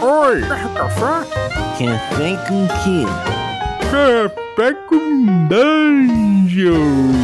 Oi! Quer café? Café com quê? Café com Dungeon!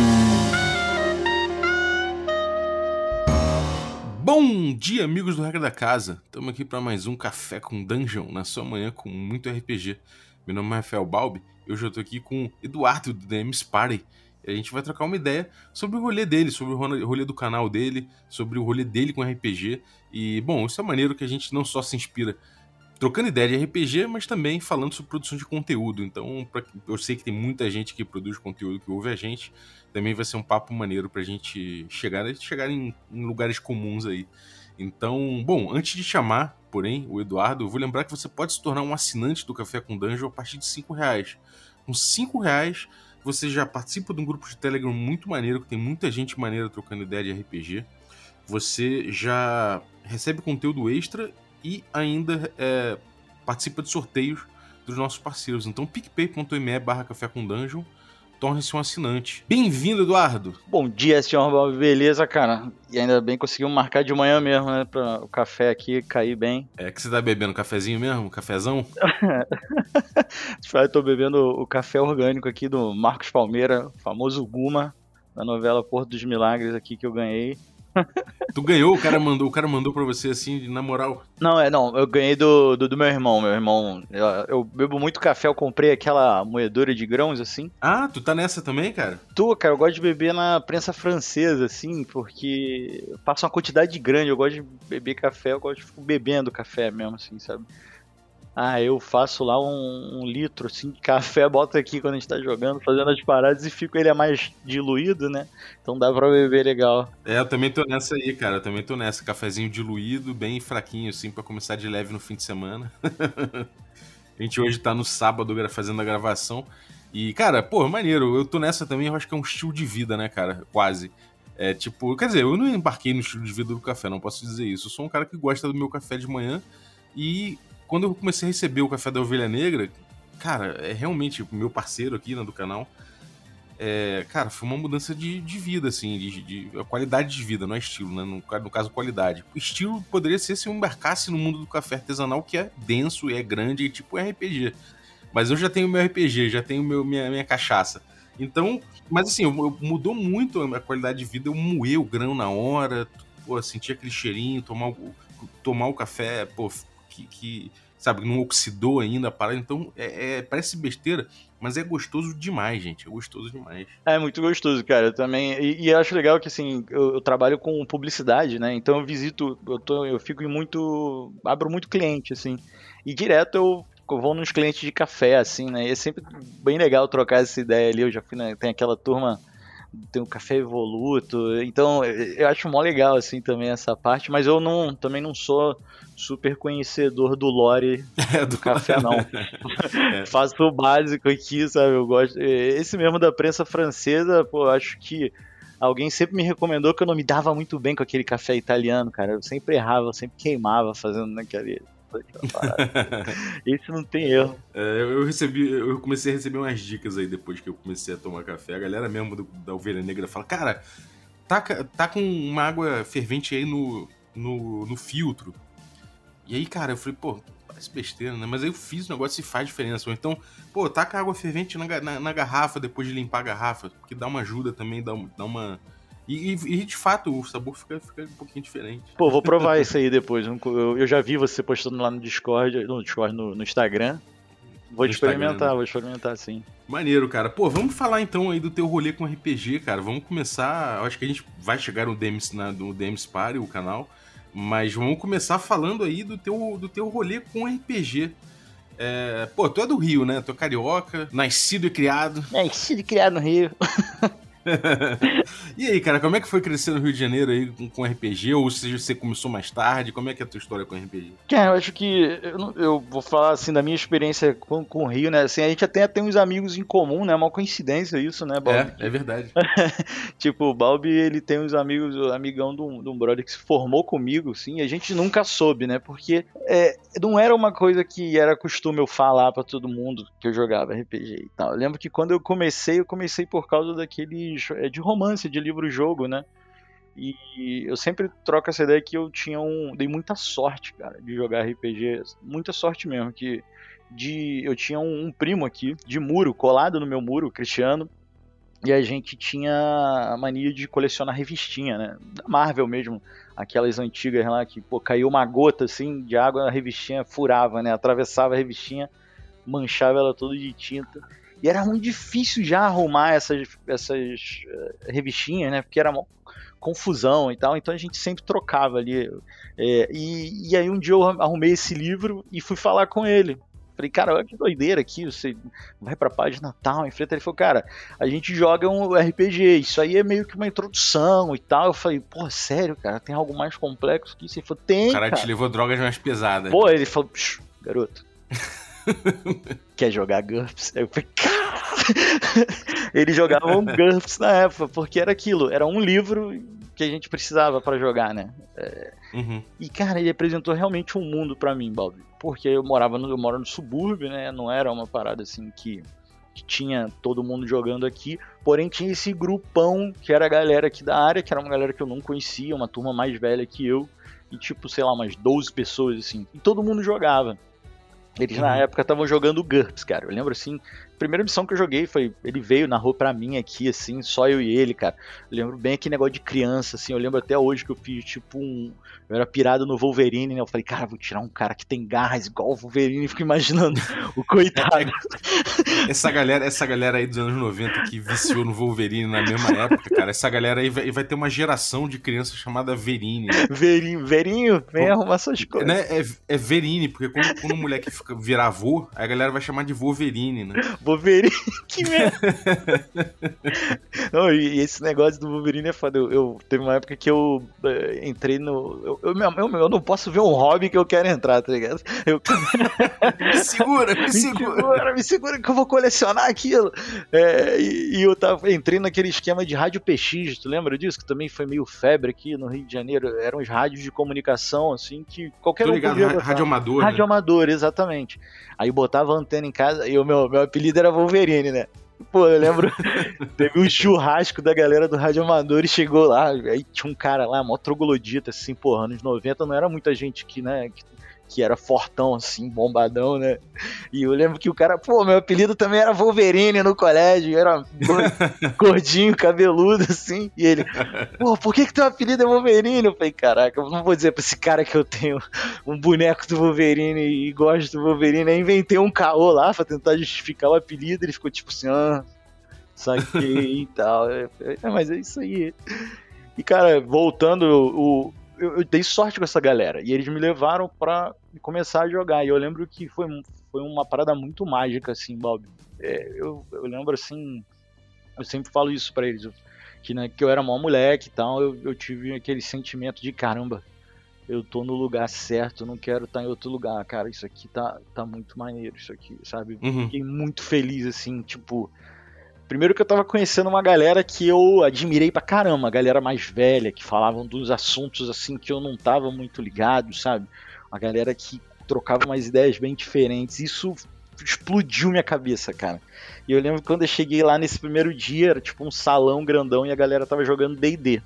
Bom dia, amigos do Regra da Casa! Estamos aqui para mais um Café com Dungeon, na sua manhã com muito RPG. Meu nome é Rafael Balbi e hoje eu estou aqui com o Eduardo do DM's Party. E a gente vai trocar uma ideia sobre o rolê dele, sobre o rolê do canal dele, sobre o rolê dele com RPG. E, bom, isso é maneiro que a gente não só se inspira trocando ideia de RPG, mas também falando sobre produção de conteúdo. Então, eu sei que tem muita gente que produz conteúdo, que ouve a gente. Também vai ser um papo maneiro pra gente chegar em lugares comuns aí. Então, bom, antes de chamar, porém, o Eduardo, eu vou lembrar que você pode se tornar um assinante do Café com Dungeon a partir de R$5. Com R$5, você já participa de um grupo de Telegram muito maneiro, que tem muita gente maneira trocando ideia de RPG. Você já recebe conteúdo extra e ainda participa de sorteios dos nossos parceiros. Então, picpay.me/café com dungeon, torne-se um assinante. Bem-vindo, Eduardo! Bom dia, senhor Bob. Beleza, cara? E ainda bem conseguimos marcar de manhã mesmo, né? Pra o café aqui cair bem. É que você tá bebendo cafezinho mesmo? Cafezão? Eu tô bebendo o café orgânico aqui do Marcos Palmeira, famoso Guma, da novela Porto dos Milagres aqui que eu ganhei. Tu ganhou? O cara mandou pra você assim, na moral? Não, eu ganhei do meu irmão. Meu irmão, eu bebo muito café, eu comprei aquela moedora de grãos, assim. Ah, tu tá nessa também, cara? Cara, eu gosto de beber na prensa francesa, assim, porque eu faço uma quantidade grande, eu gosto de beber café, eu gosto de ficar bebendo café mesmo, assim, sabe? Eu faço lá um litro assim, de café, boto aqui quando a gente tá jogando, fazendo as paradas e fico ele mais diluído, né? Então dá pra beber legal. Eu também tô nessa aí, cara. Eu também tô nessa. Cafezinho diluído, bem fraquinho, assim, pra começar de leve no fim de semana. A gente hoje tá no sábado fazendo a gravação. E, cara, pô, maneiro. Eu tô nessa também, eu acho que é um estilo de vida, né, cara? Quase. Tipo, quer dizer, eu não embarquei no estilo de vida do café, não posso dizer isso. Eu sou um cara que gosta do meu café de manhã e quando eu comecei a receber o café da Ovelha Negra, cara, é realmente o meu parceiro aqui, né, do canal, cara, foi uma mudança de vida, assim, de qualidade de vida, não é estilo, né, no caso, qualidade. O estilo poderia ser se eu embarcasse no mundo do café artesanal, que é denso e é grande, e tipo RPG. Mas eu já tenho meu RPG, já tenho minha cachaça. Então, mas assim, mudou muito a qualidade de vida, eu moer o grão na hora, pô, sentir aquele cheirinho, tomar o café, pô, que sabe, não oxidou ainda a parada, então parece besteira, mas é gostoso demais, gente, é gostoso demais. É muito gostoso, cara, eu também, e eu acho legal que, assim, eu trabalho com publicidade, né, então eu visito, eu fico abro muito cliente, assim, e direto eu vou nos clientes de café, assim, né, e é sempre bem legal trocar essa ideia ali, eu já fui, né, tem aquela turma, tem o café evoluto, então eu acho mó legal, assim, também essa parte, mas eu também não sou super conhecedor do lore do café, não. Faço o básico aqui, sabe, eu gosto, esse mesmo da prensa francesa, pô, eu acho que alguém sempre me recomendou que eu não me dava muito bem com aquele café italiano, cara, eu sempre errava, eu sempre queimava fazendo naquele... Isso não tem erro. Eu comecei a receber umas dicas aí depois que eu comecei a tomar café. A galera mesmo da Ovelha Negra fala, cara, tá com uma água fervente aí no filtro. E aí, cara, eu falei, pô, parece besteira, né? Mas aí eu fiz o negócio e faz diferença. Ou então, pô, taca água fervente na garrafa depois de limpar a garrafa, porque dá uma ajuda também, dá uma... E de fato, o sabor fica um pouquinho diferente. Pô, vou provar isso aí depois. Eu já vi você postando lá no Discord, no Instagram. Vou experimentar, sim. Maneiro, cara. Pô, vamos falar então aí do teu rolê com RPG, cara. Vamos começar... Acho que a gente vai chegar no DM's Party, o canal. Mas vamos começar falando aí do teu rolê com RPG. Pô, tu é do Rio, né? Tu é carioca, nascido e criado. Nascido e criado no Rio. E aí, cara, como é que foi crescer no Rio de Janeiro aí com RPG? Ou seja, você começou mais tarde? Como é que é a tua história com RPG? Cara, eu acho que eu vou falar assim da minha experiência com o Rio, né? Assim, a gente até tem uns amigos em comum, né? É uma coincidência isso, né, Balbi? É verdade. Tipo, o Balbi, ele tem uns amigos, amigão de um brother que se formou comigo, assim, e a gente nunca soube, né? Porque não era uma coisa que era costume eu falar pra todo mundo que eu jogava RPG e tal. Eu lembro que quando eu comecei por causa daqueles de romance, de livro-jogo, né? E eu sempre troco essa ideia que eu dei muita sorte, cara, de jogar RPG. Muita sorte mesmo, eu tinha um primo aqui, de muro, colado no meu muro, Cristiano, e a gente tinha a mania de colecionar revistinha, né? Da Marvel mesmo, aquelas antigas lá que, pô, caiu uma gota assim de água, a revistinha furava, né? Atravessava a revistinha, manchava ela toda de tinta. E era muito difícil já arrumar essas revistinhas, né? Porque era uma confusão e tal, então a gente sempre trocava ali. E aí um dia eu arrumei esse livro e fui falar com ele. Falei, cara, olha que doideira aqui, você vai pra página tal, enfrenta. Ele falou, cara, a gente joga um RPG, isso aí é meio que uma introdução e tal. Eu falei, pô, sério, cara, tem algo mais complexo que isso? Ele falou, tem, O cara te levou drogas mais pesadas. Pô, ele falou, garoto, quer jogar GURPS? Aí eu falei, cara! Eles jogavam GURPS na época, porque era aquilo, era um livro que a gente precisava pra jogar, né? E, cara, ele apresentou realmente um mundo pra mim, Balbi. Porque eu moro no subúrbio, né? Não era uma parada assim que tinha todo mundo jogando aqui. Porém, tinha esse grupão que era a galera aqui da área, que era uma galera que eu não conhecia, uma turma mais velha que eu. E tipo, sei lá, umas 12 pessoas, assim. E todo mundo jogava. Eles na época estavam jogando GURPS, cara. Eu lembro assim, a primeira missão que eu joguei foi, ele veio, narrou pra mim aqui, assim, só eu e ele, cara. Eu lembro bem aquele negócio de criança, assim, eu lembro até hoje que eu fiz, tipo, eu era pirado no Wolverine, né? Eu falei, cara, vou tirar um cara que tem garras igual o Wolverine, e fico imaginando o coitado. Essa galera aí dos anos 90 que viciou no Wolverine na mesma época, cara, essa galera aí vai ter uma geração de crianças chamada Verine. Né? Verinho, vem arrumar essas coisas. Né? É Verine, porque quando o moleque virar avô, a galera vai chamar de Wolverine, né? Wolverine, que merda. Não, e esse negócio do Wolverine é foda. Teve uma época que eu entrei no... Eu não posso ver um hobby que eu quero entrar, tá ligado? Me segura que eu vou colecionar aquilo. E eu entrei naquele esquema de rádio PX, tu lembra disso? Que também foi meio febre aqui no Rio de Janeiro. Eram os rádios de comunicação, assim, que qualquer um podia botar. Rádio amador. Rádio amador, exatamente. Aí botava a antena em casa e o meu apelido era Wolverine, né? Pô, eu lembro, teve um churrasco da galera do Rádio Amador e chegou lá, aí tinha um cara lá, mó troglodita, assim, porra, anos 90 não era muita gente que, né, que era fortão, assim, bombadão, né? E eu lembro que o cara, pô, meu apelido também era Wolverine no colégio, era gordinho, cabeludo, assim, e ele, pô, por que teu apelido é Wolverine? Eu falei, caraca, eu não vou dizer pra esse cara que eu tenho um boneco do Wolverine e gosto do Wolverine, aí inventei um caô lá pra tentar justificar o apelido, ele ficou tipo assim, saquei e tal, mas é isso aí. E, cara, voltando, eu dei sorte com essa galera, e eles me levaram pra começar a jogar, e eu lembro que foi uma parada muito mágica, assim, Bob. Eu lembro, assim, eu sempre falo isso pra eles, que eu era mó moleque e tal, eu tive aquele sentimento de, caramba, eu tô no lugar certo, eu não quero estar em outro lugar, cara, isso aqui tá muito maneiro, isso aqui, sabe? Fiquei muito feliz, assim, tipo... Primeiro que eu tava conhecendo uma galera que eu admirei pra caramba, uma galera mais velha, que falavam dos assuntos assim que eu não tava muito ligado, sabe? Uma galera que trocava umas ideias bem diferentes. Isso explodiu minha cabeça, cara. E eu lembro que quando eu cheguei lá nesse primeiro dia, era tipo um salão grandão e a galera tava jogando D&D.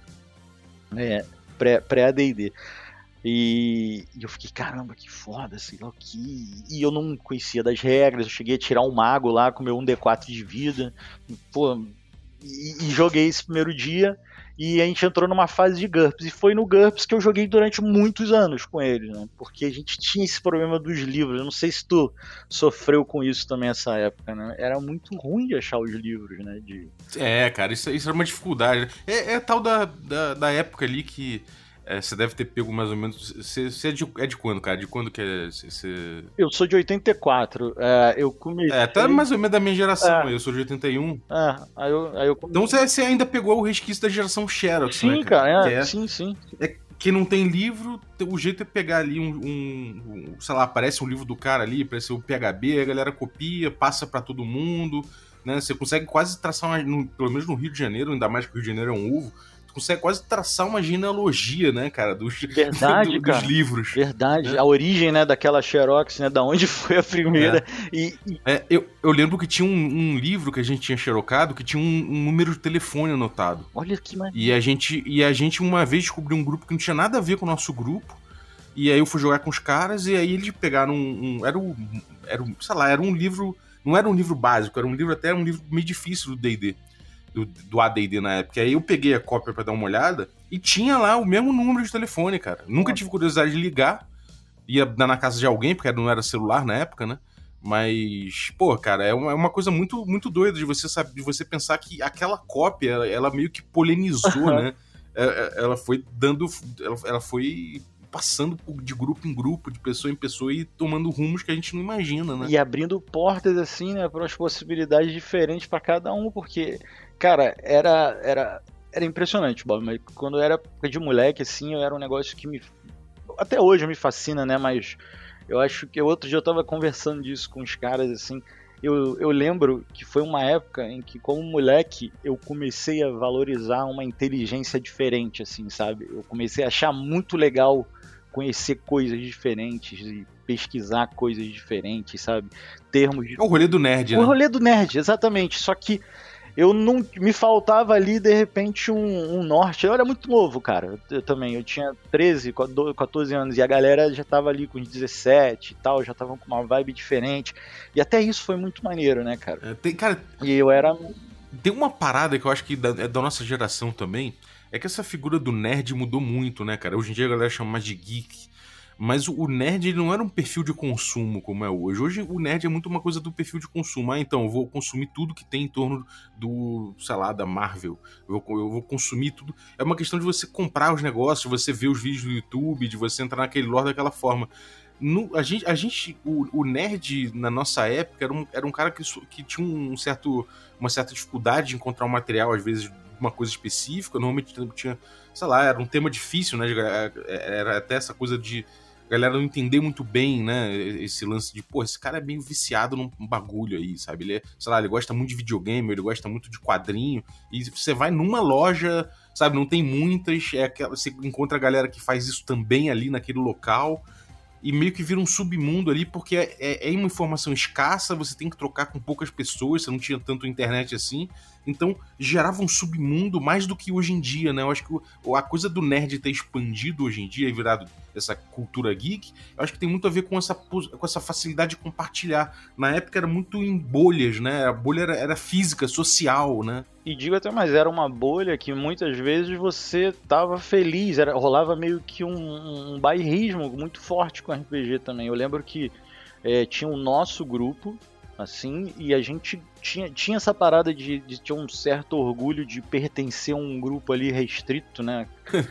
Pré-AD&D. E eu fiquei, caramba, que foda, sei lá o que. E eu não conhecia das regras, eu cheguei a tirar um mago lá com meu 1d4 de vida. Pô, e joguei esse primeiro dia. E a gente entrou numa fase de GURPS. E foi no GURPS que eu joguei durante muitos anos com eles, né? Porque a gente tinha esse problema dos livros. Eu não sei se tu sofreu com isso também nessa época, né? Era muito ruim de achar os livros, né? Cara, isso era uma dificuldade. É tal da época ali que... você deve ter pego mais ou menos... Você é de quando, cara? De quando que é... Eu sou de 84. Eu comecei... tá mais ou menos da minha geração. Eu sou de 81. Aí eu comecei... Então você ainda pegou o resquício da geração Xerox, sim, né, cara? Sim. Que não tem livro, o jeito é pegar ali sei lá, aparece um livro do cara ali, aparece o PHB, a galera copia, passa pra todo mundo, né? Você consegue quase traçar, pelo menos no Rio de Janeiro, ainda mais que o Rio de Janeiro é um ovo, consegue quase traçar uma genealogia, né, cara, Verdade, dos cara. livros. Verdade. Né? A origem, né, daquela Xerox, né, da onde foi a primeira. Eu lembro que tinha um livro que a gente tinha xerocado que tinha um número de telefone anotado. Olha que maneiro. E a gente uma vez descobriu um grupo que não tinha nada a ver com o nosso grupo. E aí eu fui jogar com os caras e aí eles pegaram era um livro, não era um livro básico, era um livro meio difícil do D&D, do AD&D na época. Aí eu peguei a cópia pra dar uma olhada e tinha lá o mesmo número de telefone, cara. Nunca tive curiosidade de ligar, ia dar na casa de alguém, porque não era celular na época, né? Mas, pô, cara, é uma coisa muito, muito doida de você pensar que aquela cópia, ela meio que polinizou, né? Ela foi dando, ela foi passando de grupo em grupo, de pessoa em pessoa e tomando rumos que a gente não imagina, né? E abrindo portas, assim, né, para as possibilidades diferentes para cada um, porque, cara, era impressionante, Bob, mas quando eu era de moleque, assim, era um negócio que até hoje me fascina, né, mas eu acho que outro dia eu tava conversando disso com os caras, assim, eu lembro que foi uma época em que, como moleque, eu comecei a valorizar uma inteligência diferente, assim, sabe? Eu comecei a achar muito legal conhecer coisas diferentes e pesquisar coisas diferentes, sabe? Termos de... É o rolê do nerd, né? O rolê do nerd, exatamente. Só que eu não... Me faltava ali, de repente, um norte. Eu era muito novo, cara. Eu tinha 13, 14 anos. E a galera já tava ali com 17 e tal. Já estavam com uma vibe diferente. E até isso foi muito maneiro, né, cara? E eu era... Tem uma parada que eu acho que é da nossa geração também. É que essa figura do nerd mudou muito, né, cara? Hoje em dia a galera chama mais de geek. Mas o nerd, ele não era um perfil de consumo como é hoje. Hoje o nerd é muito uma coisa do perfil de consumo. Ah, então, eu vou consumir tudo que tem em torno do, sei lá, da Marvel. Eu vou consumir tudo. É uma questão de você comprar os negócios, de você ver os vídeos do YouTube, de você entrar naquele lore daquela forma. O nerd, na nossa época, era um cara que tinha uma certa dificuldade de encontrar um material, às vezes, uma coisa específica. Normalmente tinha, sei lá, era um tema difícil, né? Era até essa coisa de galera não entender muito bem, né? Esse lance de, pô, esse cara é meio viciado num bagulho aí, sabe? Ele sei lá, ele gosta muito de videogame, ele gosta muito de quadrinho, e você vai numa loja, sabe? Não tem muitas, você encontra a galera que faz isso também ali naquele local. E meio que vira um submundo ali, porque é uma informação escassa, você tem que trocar com poucas pessoas, você não tinha tanto internet assim. Então, gerava um submundo mais do que hoje em dia, né? Eu acho que a coisa do nerd ter expandido hoje em dia e virado essa cultura geek, eu acho que tem muito a ver com essa facilidade de compartilhar. Na época era muito em bolhas, né? A bolha era física, social, né? E digo até mais, era uma bolha que muitas vezes você tava feliz, rolava meio que um bairrismo muito forte com RPG também. Eu lembro que tinha o nosso grupo, assim, e a gente tinha essa parada de ter um certo orgulho de pertencer a um grupo ali restrito, né?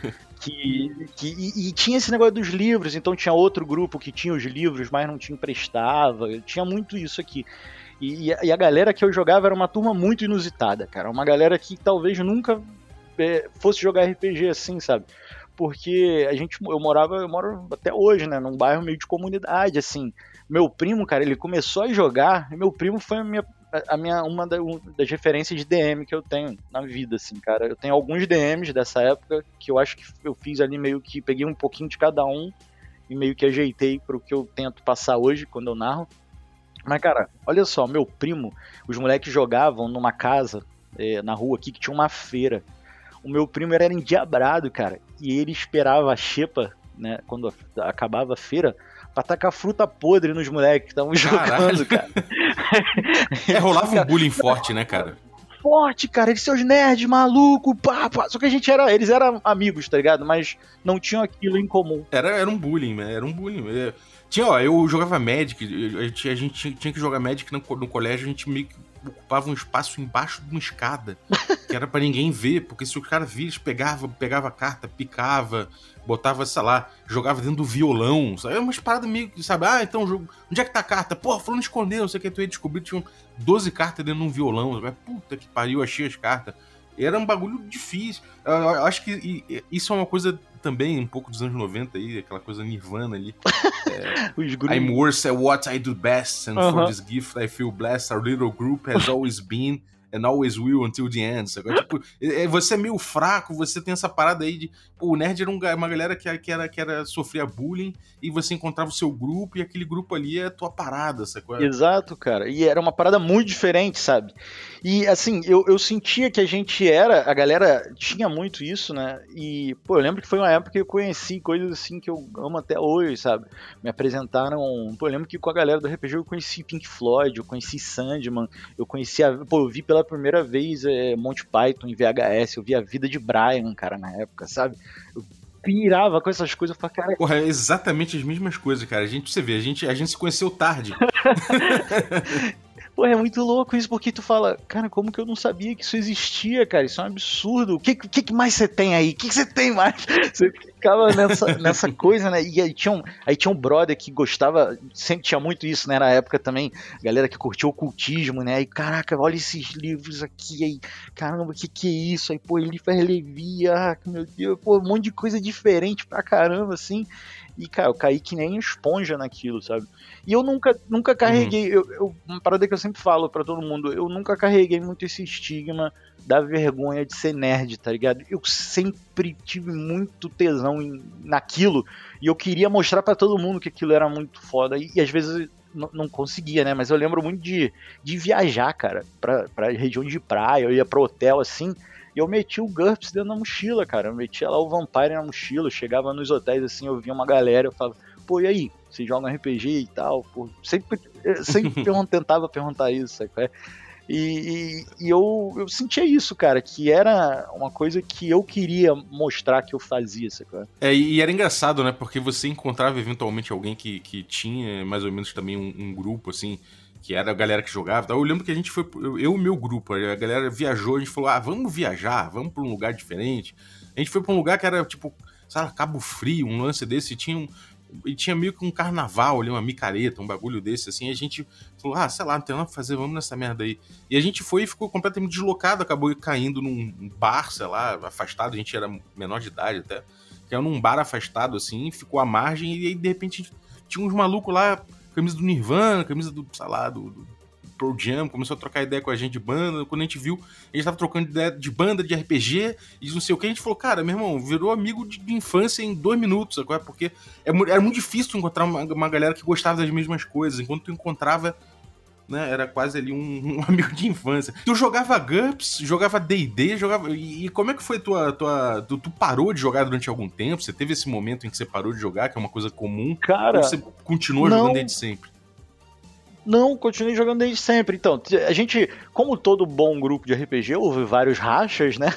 E tinha esse negócio dos livros, então tinha outro grupo que tinha os livros, mas não te emprestava, tinha muito isso aqui. E a galera que eu jogava era uma turma muito inusitada, cara. Uma galera que talvez nunca fosse jogar RPG assim, sabe? Porque eu moro até hoje, né? Num bairro meio de comunidade, assim. Meu primo, cara, ele começou a jogar. Meu primo foi uma das referências de DM que eu tenho na vida, assim, cara. Eu tenho alguns DMs dessa época que eu acho que eu fiz ali meio que peguei um pouquinho de cada um e meio que ajeitei pro que eu tento passar hoje quando eu narro. Mas, cara, olha só, meu primo, os moleques jogavam numa casa na rua aqui que tinha uma feira. O meu primo era endiabrado, cara, e ele esperava a xepa, né, quando acabava a feira, pra tacar fruta podre nos moleques que estavam jogando, cara. Rolava um bullying forte, né, cara? Forte, cara, eles seus nerds, maluco, pá. Só que eles eram amigos, tá ligado? Mas não tinham aquilo em comum. Era um bullying, né? Era um bullying. Eu jogava Magic, a gente tinha que jogar Magic no colégio, a gente meio que ocupava um espaço embaixo de uma escada, que era pra ninguém ver, porque se os caras vissem, pegava a carta, picava, botava, sei lá, jogava dentro do violão, sabe? Umas paradas meio que, sabe? Ah, então, onde é que tá a carta? Porra, fulano escondeu, não sei o que, tu ia descobrir, tinham 12 cartas dentro de um violão, sabe? Puta que pariu, achei as cartas. Era um bagulho difícil. Eu acho que isso é uma coisa também um pouco dos anos 90 aí, aquela coisa Nirvana ali. I'm worse at what I do best, and for this gift I feel blessed. Our little group has always been and always will until the end, sabe? Tipo, você é meio fraco, você tem essa parada aí de... Pô, o nerd era uma galera que sofria bullying, e você encontrava o seu grupo, e aquele grupo ali é a tua parada, sabe? Exato, cara. E era uma parada muito diferente, sabe? E, assim, eu sentia que a galera tinha muito isso, né? E, pô, eu lembro que foi uma época que eu conheci coisas, assim, que eu amo até hoje, sabe? Me apresentaram... Pô, eu lembro que com a galera do RPG eu conheci Pink Floyd, eu conheci Sandman, eu vi pela primeira vez Monty Python em VHS, eu vi A Vida de Brian, cara, na época, sabe? Eu pirava com essas coisas, eu falava, cara... Porra, é exatamente as mesmas coisas, cara. Você vê, a gente se conheceu tarde. Pô, é muito louco isso, porque tu fala, cara, como que eu não sabia que isso existia, cara? Isso é um absurdo. O que mais você tem aí? O que você tem mais? Você ficava nessa coisa, né? E aí tinha um brother que gostava, sempre tinha muito isso, né? Na época também, galera que curtia ocultismo, né? Aí, caraca, olha esses livros aqui, aí, caramba, o que é isso? Aí, pô, ele faz Levia, meu Deus, pô, um monte de coisa diferente pra caramba, assim. E, cara, eu caí que nem esponja naquilo, sabe? E eu nunca carreguei, uma parada que eu sempre falo pra todo mundo, eu nunca carreguei muito esse estigma da vergonha de ser nerd, tá ligado? Eu sempre tive muito tesão naquilo, e eu queria mostrar pra todo mundo que aquilo era muito foda, e às vezes não conseguia, né? Mas eu lembro muito de viajar, cara, pra região de praia, eu ia pro hotel, assim... E eu meti o GURPS dentro da mochila, cara. Eu metia lá o Vampire na mochila. Eu chegava nos hotéis assim, eu via uma galera. Eu falava, pô, e aí? Vocês jogam RPG e tal? Pô, sempre tentava perguntar isso, sabe? E eu sentia isso, cara, que era uma coisa que eu queria mostrar que eu fazia, sabe? E era engraçado, né? Porque você encontrava eventualmente alguém que tinha mais ou menos também um grupo, assim, que era a galera que jogava. Eu lembro que a gente foi, eu e o meu grupo, a galera viajou, a gente falou, vamos viajar, vamos pra um lugar diferente. A gente foi pra um lugar que era, tipo, sabe, Cabo Frio, um lance desse, e tinha meio que um carnaval ali, uma micareta, um bagulho desse, assim, a gente falou, sei lá, não tem nada pra fazer, vamos nessa merda aí. E a gente foi e ficou completamente deslocado, acabou caindo num bar, sei lá, afastado, a gente era menor de idade até, caiu num bar afastado, assim, ficou à margem, e aí, de repente, tinha uns malucos lá, camisa do Nirvana, camisa do, sei lá, do Pearl Jam, começou a trocar ideia com a gente de banda. Quando a gente viu, a gente tava trocando ideia de banda, de RPG, e não sei o que, a gente falou, cara, meu irmão, virou amigo de infância em 2 minutos, sabe? Porque era muito difícil tu encontrar uma galera que gostava das mesmas coisas. Enquanto tu encontrava, né, era quase ali um amigo de infância. Tu jogava GURPS, jogava D&D, e como é que foi tu parou de jogar durante algum tempo? Você teve esse momento em que você parou de jogar, que é uma coisa comum? Cara, ou você continuou jogando desde sempre? Não, continuei jogando desde sempre. Então, a gente, como todo bom grupo de RPG, houve vários rachas, né?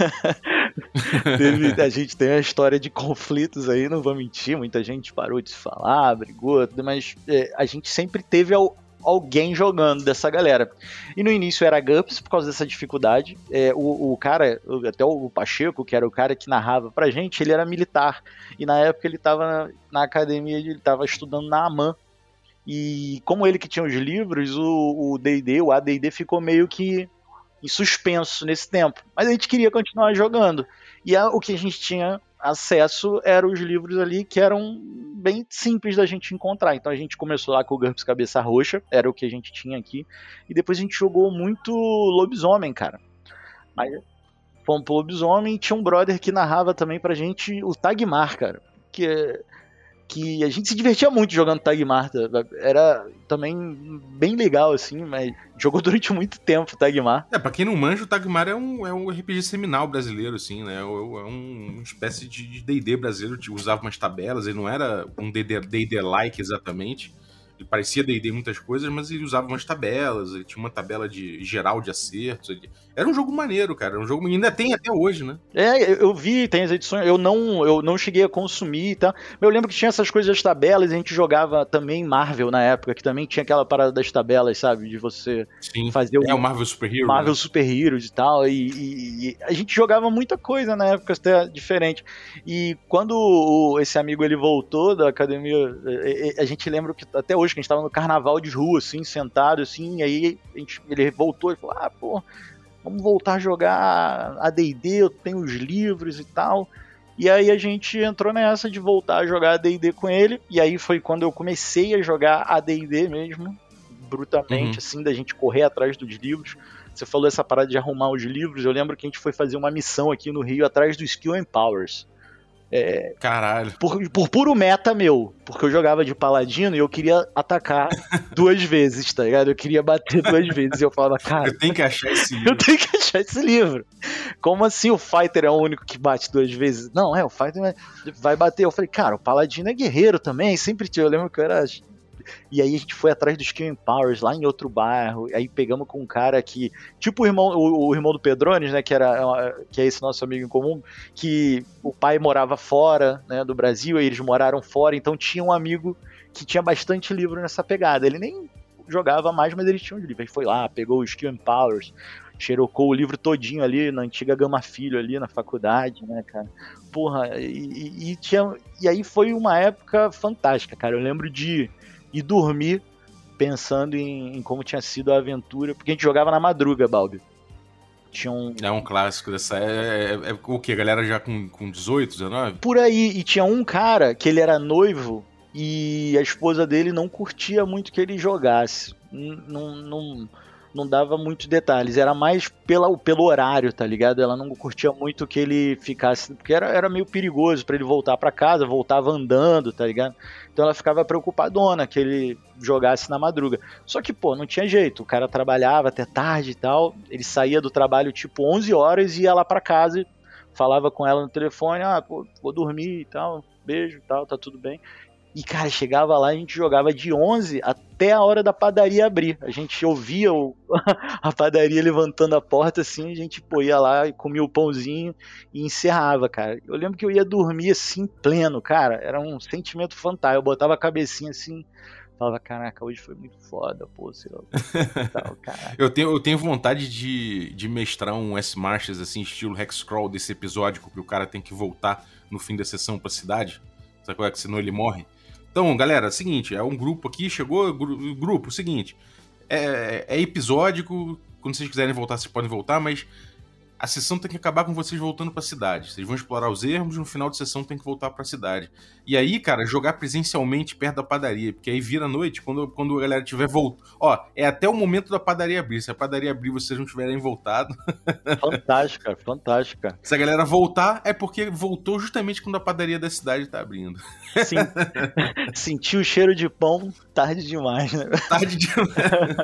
A gente tem uma história de conflitos aí, não vou mentir, muita gente parou de se falar, brigou, mas a gente sempre teve alguém jogando dessa galera. E no início era GURPS, por causa dessa dificuldade. O cara, até o Pacheco, que era o cara que narrava pra gente, ele era militar. E na época ele tava na academia, ele tava estudando na AMAN. E como ele que tinha os livros, o AD&D ficou meio que em suspenso nesse tempo. Mas a gente queria continuar jogando. E o que a gente tinha acesso eram os livros ali que eram bem simples da gente encontrar. Então a gente começou lá com o GURPS Cabeça Roxa, era o que a gente tinha aqui. E depois a gente jogou muito Lobisomem, cara. Mas fomos pro Lobisomem e tinha um brother que narrava também pra gente o Tagmar, cara. Que a gente se divertia muito jogando Tagmar, era também bem legal, assim, mas jogou durante muito tempo Tagmar. Pra quem não manja, o Tagmar é um RPG seminal brasileiro, assim, né, é uma espécie de D&D brasileiro, usava umas tabelas, ele não era um D&D-like exatamente, ele parecia D&D em muitas coisas, mas ele usava umas tabelas, ele tinha uma tabela geral de acertos. Era um jogo maneiro, cara. Era um jogo que ainda tem até hoje, né? Eu vi, tem as edições. Eu não cheguei a consumir, tá? Eu lembro que tinha essas coisas das tabelas, a gente jogava também Marvel na época, que também tinha aquela parada das tabelas, sabe? De você fazer o Marvel Super Heroes. Marvel, né? Super Heroes e tal. E a gente jogava muita coisa na época, até diferente. E quando esse amigo ele voltou da academia, a gente lembra que até hoje que a gente tava no carnaval de rua, assim, sentado, assim, e aí ele voltou e falou, pô, vamos voltar a jogar AD&D, eu tenho os livros e tal. E aí a gente entrou nessa de voltar a jogar AD&D com ele, e aí foi quando eu comecei a jogar AD&D mesmo, brutalmente, assim, da gente correr atrás dos livros. você falou essa parada de arrumar os livros, eu lembro que a gente foi fazer uma missão aqui no Rio atrás do Skill and Powers. Caralho. Por puro meta meu, porque eu jogava de paladino e eu queria atacar 2 vezes, tá ligado? Eu queria bater 2 vezes e eu falava, cara, Eu tenho que achar esse livro. eu tenho que achar esse livro. Como assim o Fighter é o único que bate 2 vezes? Não, o Fighter vai bater. Eu falei, cara, o paladino é guerreiro também, sempre tinha. Eu lembro que eu era... E aí a gente foi atrás dos Skill and Powers lá em outro bairro, aí pegamos com um cara que, tipo o irmão do Pedrones, né, que é esse nosso amigo em comum, que o pai morava fora, né, do Brasil, e eles moraram fora, então tinha um amigo que tinha bastante livro nessa pegada. Ele nem jogava mais, mas ele tinha um livro. Aí foi lá, pegou o Skill and Powers, xerocou o livro todinho ali na antiga Gama Filho ali na faculdade, né, cara? Porra, e aí foi uma época fantástica, cara. Eu lembro de ir dormir pensando em como tinha sido a aventura, porque a gente jogava na madruga, Balbi. É um clássico dessa. É o que? A galera já com 18, 19? Por aí, e tinha um cara que ele era noivo e a esposa dele não curtia muito que ele jogasse. Não dava muitos detalhes, era mais pelo horário, tá ligado? Ela não curtia muito que ele ficasse, porque era meio perigoso pra ele voltar pra casa, voltava andando, tá ligado? Então ela ficava preocupadona que ele jogasse na madruga. Só que, pô, não tinha jeito, o cara trabalhava até tarde e tal, ele saía do trabalho tipo 11 horas e ia lá pra casa, falava com ela no telefone, pô, vou dormir e tal, beijo e tal, tá tudo bem. E, cara, chegava lá, a gente jogava de 11 até a hora da padaria abrir. A gente ouvia a padaria levantando a porta, assim, a gente ia lá e comia o pãozinho e encerrava, cara. Eu lembro que eu ia dormir, assim, pleno, cara. Era um sentimento fantástico. Eu botava a cabecinha, assim, falava, caraca, hoje foi muito foda, pô, sei lá. Tal, eu tenho vontade de mestrar um S-Marches, assim, estilo Hexcrawl desse episódio, que o cara tem que voltar no fim da sessão pra cidade. Sabe qual é? Que senão ele morre. Então, galera, é o seguinte, é um grupo aqui, chegou, grupo, seguinte, é episódico, quando vocês quiserem voltar, vocês podem voltar, mas a sessão tem que acabar com vocês voltando pra cidade. Vocês vão explorar os ermos, no final de sessão tem que voltar pra cidade. E aí, cara, jogar presencialmente perto da padaria, porque aí vira noite, quando a galera tiver voltado. Ó, é até o momento da padaria abrir. Se a padaria abrir e vocês não tiverem voltado... Fantástico, cara, fantástico, cara. Se a galera voltar, é porque voltou justamente quando a padaria da cidade tá abrindo. Sim. Senti o cheiro de pão tarde demais, né? Tarde demais.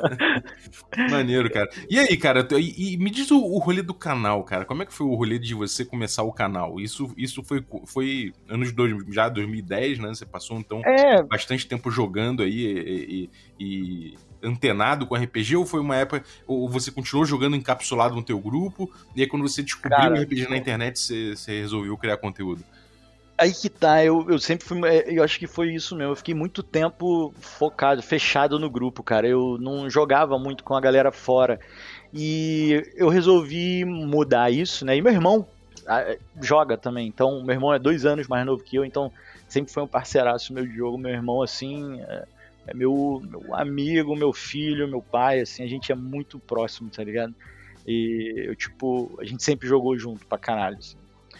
Maneiro, cara. E aí, cara, e me diz o rolê do canal, cara. Como é que foi o rolê de você começar o canal? Isso foi anos 2010, né? Você passou, então, bastante tempo jogando aí e antenado com RPG, ou foi uma época, ou você continuou jogando encapsulado no teu grupo, e aí quando você descobriu o RPG na internet, você resolveu criar conteúdo? Aí que tá, eu sempre fui, eu acho que foi isso mesmo, eu fiquei muito tempo fechado no grupo, cara, eu não jogava muito com a galera fora, e eu resolvi mudar isso, né, e meu irmão joga também, então meu irmão é 2 anos mais novo que eu, então sempre foi um parceiraço meu de jogo, meu irmão assim, é meu amigo, meu filho, meu pai, assim, a gente é muito próximo, tá ligado? E a gente sempre jogou junto pra caralho, assim.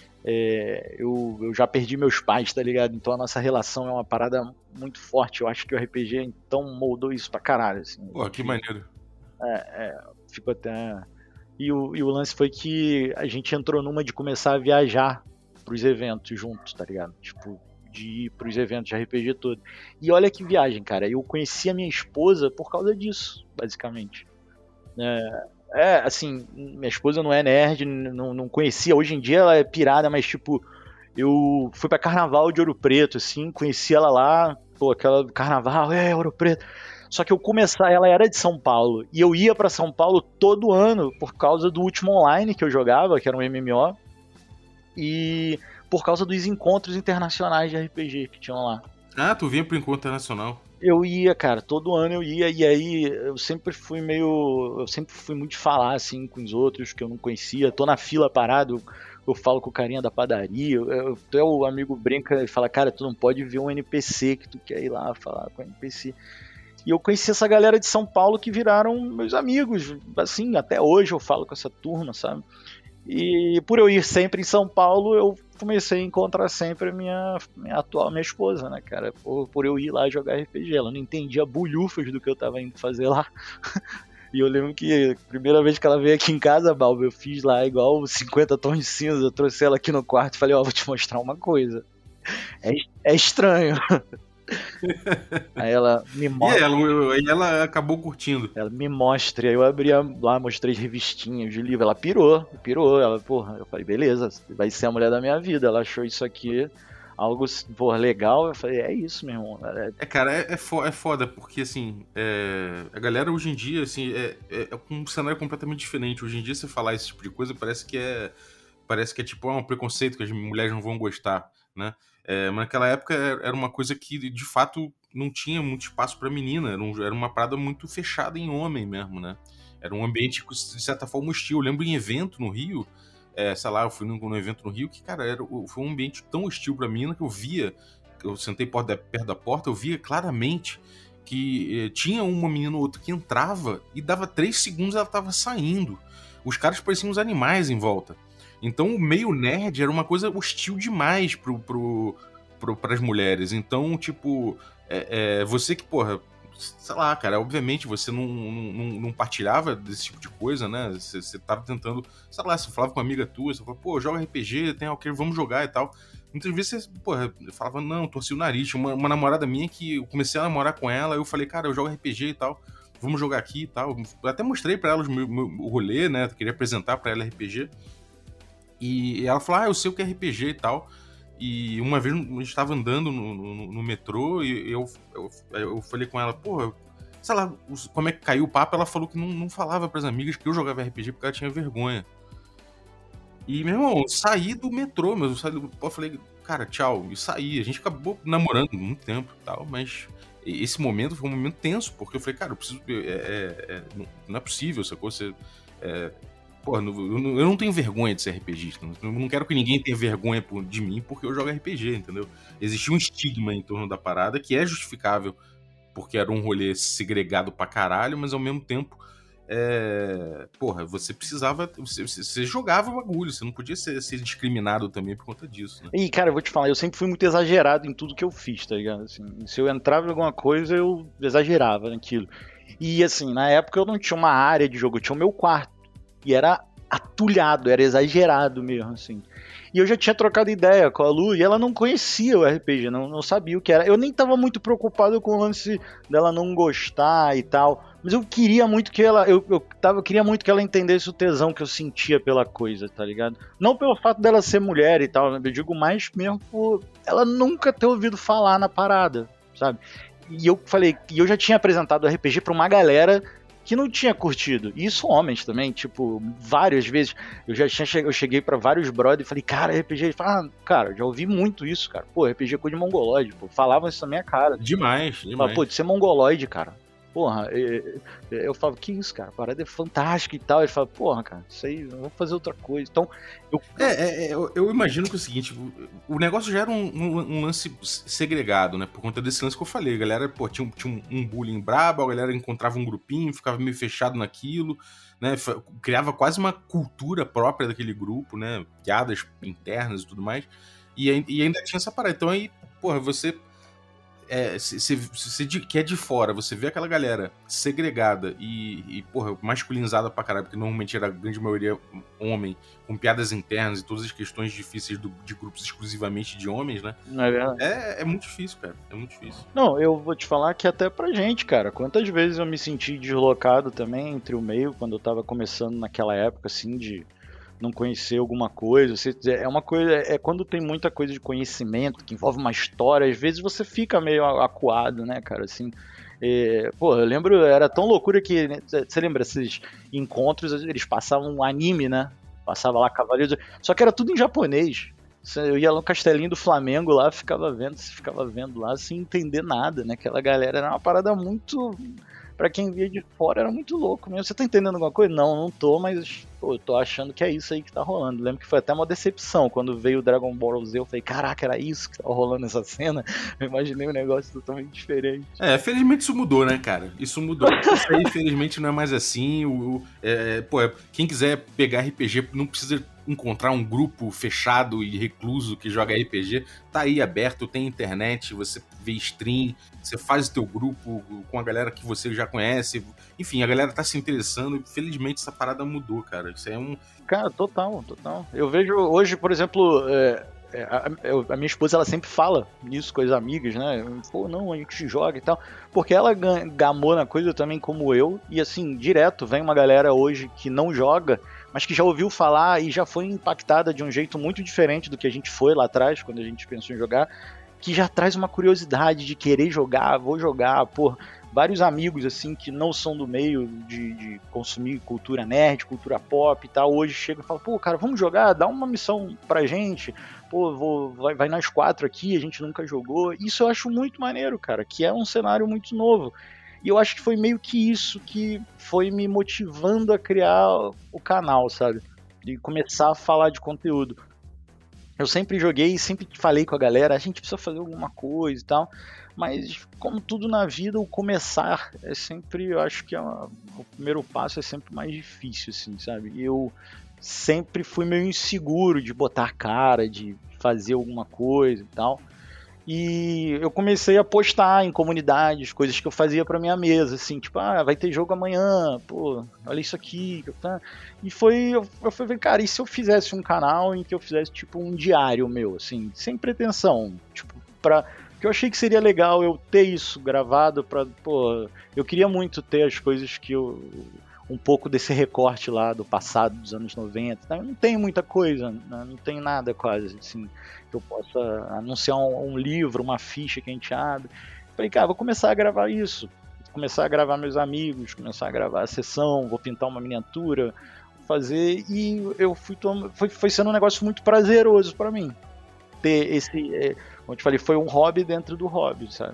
Eu já perdi meus pais, tá ligado? Então a nossa relação é uma parada muito forte. Eu acho que o RPG então moldou isso pra caralho, assim. Pô, que maneiro. Ficou até... E o lance foi que a gente entrou numa de começar a viajar pros eventos juntos, tá ligado? Tipo, de ir pros eventos de RPG todo. E olha que viagem, cara. Eu conheci a minha esposa por causa disso, basicamente. Assim, minha esposa não é nerd, não conhecia. Hoje em dia ela é pirada, mas tipo, eu fui pra Carnaval de Ouro Preto, assim, conheci ela lá, pô, aquela Carnaval, Ouro Preto. Só que ela era de São Paulo, e eu ia pra São Paulo todo ano por causa do último online que eu jogava, que era um MMO, e por causa dos encontros internacionais de RPG que tinham lá. Ah, tu vinha pro encontro internacional? Eu ia, cara, todo ano eu ia, e aí eu sempre fui muito de falar, assim, com os outros que eu não conhecia, tô na fila parado, eu falo com o carinha da padaria, até o amigo brinca e fala, cara, tu não pode ver um NPC que tu quer ir lá falar com o NPC. E eu conheci essa galera de São Paulo que viraram meus amigos, assim, até hoje eu falo com essa turma, sabe? E por eu ir sempre em São Paulo, eu comecei a encontrar sempre a minha esposa, né, cara? Por eu ir lá jogar RPG. Ela não entendia bulhufas do que eu tava indo fazer lá. E eu lembro que a primeira vez que ela veio aqui em casa, Balbo, eu fiz lá igual 50 tons de cinza, eu trouxe ela aqui no quarto e falei, ó, vou te mostrar uma coisa. É estranho. Aí ela me mostra. E ela acabou curtindo. Ela me mostra. Aí eu abri lá, mostrei as revistinhas de livro. Ela pirou. Ela, porra, eu falei, beleza, vai ser a mulher da minha vida. Ela achou isso aqui algo, porra, legal. Eu falei, é isso, meu irmão. Cara, é foda, porque assim, a galera hoje em dia, assim, é um cenário completamente diferente. Hoje em dia, você falar esse tipo de coisa parece que é tipo um preconceito que as mulheres não vão gostar, né? Mas naquela época era uma coisa que, de fato, não tinha muito espaço pra menina. Era uma parada muito fechada em homem mesmo, né? Era um ambiente, de certa forma, hostil. Eu lembro em evento no Rio, sei lá, eu fui num evento no Rio que, cara, foi um ambiente tão hostil pra menina que eu sentei perto da porta, eu via claramente que tinha uma menina ou outra que entrava e dava 3 segundos ela tava saindo. Os caras pareciam uns animais em volta. Então o meio nerd era uma coisa hostil demais pras mulheres. Então, tipo, você que, porra, sei lá, cara, obviamente você não partilhava desse tipo de coisa, né? Você tava tentando, sei lá, você falava com uma amiga tua, você falava, pô, joga RPG, tem ok, vamos jogar e tal. Muitas vezes você, porra, falava, não, torci o nariz. Uma namorada minha que eu comecei a namorar com ela, eu falei, cara, eu jogo RPG e tal, vamos jogar aqui e tal. Eu até mostrei pra ela o rolê, né? Eu queria apresentar pra ela RPG. E ela falou, eu sei o que é RPG e tal. E uma vez a gente tava andando no metrô e eu falei com ela, pô, sei lá, como é que caiu o papo. Ela falou que não falava pras amigas que eu jogava RPG porque ela tinha vergonha. E, meu irmão, eu saí do metrô, mas eu falei, cara, tchau, e saí. A gente acabou namorando muito tempo e tal, mas esse momento foi um momento tenso, porque eu falei, cara, eu preciso. Não é possível, sacou? Porra, eu não tenho vergonha de ser RPGista. Eu não quero que ninguém tenha vergonha de mim porque eu jogo RPG, entendeu? Existia um estigma em torno da parada que é justificável porque era um rolê segregado pra caralho, mas ao mesmo tempo, porra, você precisava. Você jogava o bagulho, você não podia ser discriminado também por conta disso, né? E, cara, eu vou te falar, eu sempre fui muito exagerado em tudo que eu fiz, tá ligado? Assim, se eu entrava em alguma coisa, eu exagerava naquilo. E, assim, na época eu não tinha uma área de jogo, eu tinha o meu quarto. E era atulhado, era exagerado mesmo, assim. E eu já tinha trocado ideia com a Lu e ela não conhecia o RPG, não sabia o que era. Eu nem tava muito preocupado com o lance dela não gostar e tal, mas eu queria muito que ela, eu queria muito que ela entendesse o tesão que eu sentia pela coisa, tá ligado? Não pelo fato dela ser mulher e tal, eu digo mais mesmo por ela nunca ter ouvido falar na parada, sabe? E eu falei, e eu já tinha apresentado o RPG pra uma galera que não tinha curtido. E isso homens também, tipo, várias vezes. Eu cheguei pra vários brothers e falei, cara, RPG. Ele fala, cara, já ouvi muito isso, cara. Pô, RPG é coisa de mongoloide, pô. Falavam isso na minha cara. Demais. Fala, pô, de ser mongoloide, cara. Porra, eu falo, que isso, cara? A parada é fantástica e tal. Ele fala, porra, cara, isso aí, eu vou fazer outra coisa. Então, eu imagino que é o seguinte, o negócio já era um lance segregado, né? Por conta desse lance que eu falei. A galera, pô, tinha um bullying brabo, a galera encontrava um grupinho, ficava meio fechado naquilo, né? Criava quase uma cultura própria daquele grupo, né? Piadas internas e tudo mais. E ainda tinha essa parada. Então aí, porra, você que é de fora, você vê aquela galera segregada e porra, masculinizada pra caralho, porque normalmente era a grande maioria homem, com piadas internas e todas as questões difíceis de grupos exclusivamente de homens, né? Não é verdade? É muito difícil, cara. É muito difícil. Não, eu vou te falar que até pra gente, cara, quantas vezes eu me senti deslocado também entre o meio, quando eu tava começando naquela época, assim, de não conhecer alguma coisa. É uma coisa, quando tem muita coisa de conhecimento, que envolve uma história, às vezes você fica meio acuado, né, cara, assim. Pô, eu lembro, era tão loucura que, né, você lembra, esses encontros, eles passavam um anime, né, passava lá Cavaleiros, só que era tudo em japonês. Eu ia lá no Castelinho do Flamengo lá, ficava vendo lá sem entender nada, né, aquela galera era uma parada muito... Pra quem via de fora era muito louco mesmo. Você tá entendendo alguma coisa? Não tô, mas pô, eu tô achando que é isso aí que tá rolando. Lembro que foi até uma decepção quando veio o Dragon Ball Z. Eu falei, caraca, era isso que tava rolando essa cena? Eu imaginei um negócio totalmente diferente. Felizmente isso mudou, né, cara? Isso mudou. Isso aí, felizmente, não é mais assim. Quem quiser pegar RPG não precisa encontrar um grupo fechado e recluso que joga RPG, tá aí aberto, tem internet, você vê stream, você faz o teu grupo com a galera que você já conhece. Enfim, a galera tá se interessando e felizmente essa parada mudou, isso é um... Cara, total. Eu vejo hoje, por exemplo, a minha esposa, ela sempre fala nisso com as amigas, né? Pô, não, a gente joga e tal. Porque ela gamou na coisa também como eu. E assim, direto, vem uma galera hoje que não joga, mas que já ouviu falar e já foi impactada de um jeito muito diferente do que a gente foi lá atrás, quando a gente pensou em jogar, que já traz uma curiosidade de querer jogar, vou jogar, pô. Vários amigos, assim, que não são do meio de consumir cultura nerd, cultura pop e tal, hoje chegam e falam, pô, cara, vamos jogar, dá uma missão pra gente, pô, vai nós 4 aqui, a gente nunca jogou. Isso eu acho muito maneiro, cara, que é um cenário muito novo. E eu acho que foi meio que isso que foi me motivando a criar o canal, sabe? De começar a falar de conteúdo. Eu sempre joguei, sempre falei com a galera, a gente precisa fazer alguma coisa e tal, mas como tudo na vida, o começar é sempre, eu acho que o primeiro passo é sempre mais difícil, assim, sabe? Eu sempre fui meio inseguro de botar a cara, de fazer alguma coisa e tal. E eu comecei a postar em comunidades, coisas que eu fazia pra minha mesa, assim, tipo, vai ter jogo amanhã, pô, olha isso aqui. E eu fui ver, cara, e se eu fizesse um canal em que eu fizesse, tipo, um diário meu, assim, sem pretensão, tipo, porque eu achei que seria legal eu ter isso gravado pô, eu queria muito ter as coisas que um pouco desse recorte lá do passado, dos anos 90, né? Não tem muita coisa, né? Não tem nada quase, assim, que eu possa anunciar um livro, uma ficha que a gente abre. Falei, cara, vou começar a gravar isso, começar a gravar meus amigos, começar a gravar a sessão, vou pintar uma miniatura, fazer, e eu foi sendo um negócio muito prazeroso para mim, ter esse... Como eu te falei, foi um hobby dentro do hobby, sabe?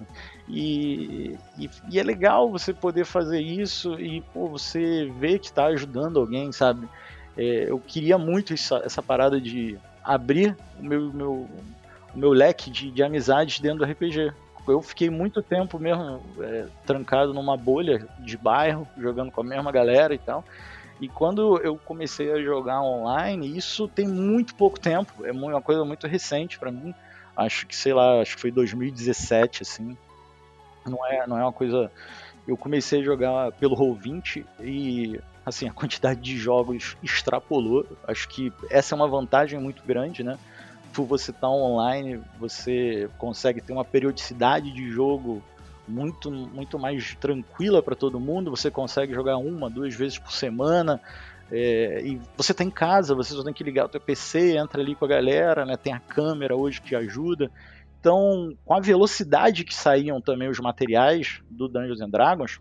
E é legal você poder fazer isso e, pô, você ver que está ajudando alguém, sabe? Eu queria muito essa parada de abrir o meu leque de amizades dentro do RPG. Eu fiquei muito tempo mesmo trancado numa bolha de bairro, jogando com a mesma galera e tal. E quando eu comecei a jogar online, isso tem muito pouco tempo, é uma coisa muito recente para mim. Acho que foi 2017, assim. Não é uma coisa... Eu comecei a jogar pelo Roll20 e, assim, a quantidade de jogos extrapolou. Acho que essa é uma vantagem muito grande, né? Por você estar online, você consegue ter uma periodicidade de jogo muito, muito mais tranquila para todo mundo. Você consegue jogar 1, 2 vezes por semana. E você tá em casa, você só tem que ligar o teu PC, entra ali com a galera, né? Tem a câmera hoje que ajuda. Então, com a velocidade que saíam também os materiais do Dungeons and Dragons,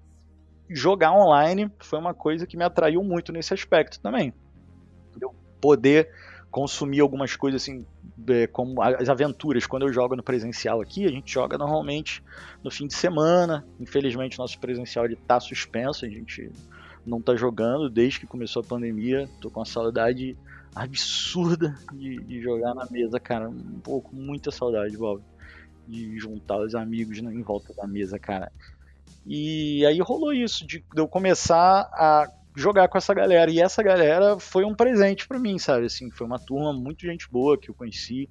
jogar online foi uma coisa que me atraiu muito nesse aspecto também. Eu poder consumir algumas coisas assim, como as aventuras. Quando eu jogo no presencial aqui, a gente joga normalmente no fim de semana. Infelizmente, nosso presencial está suspenso, a gente não tá jogando desde que começou a pandemia. Tô com uma saudade absurda de jogar na mesa, cara. Muita saudade, Bob, de juntar os amigos em volta da mesa, cara. E aí rolou isso, de eu começar a jogar com essa galera. E essa galera foi um presente pra mim, sabe? Assim, foi uma turma muito gente boa que eu conheci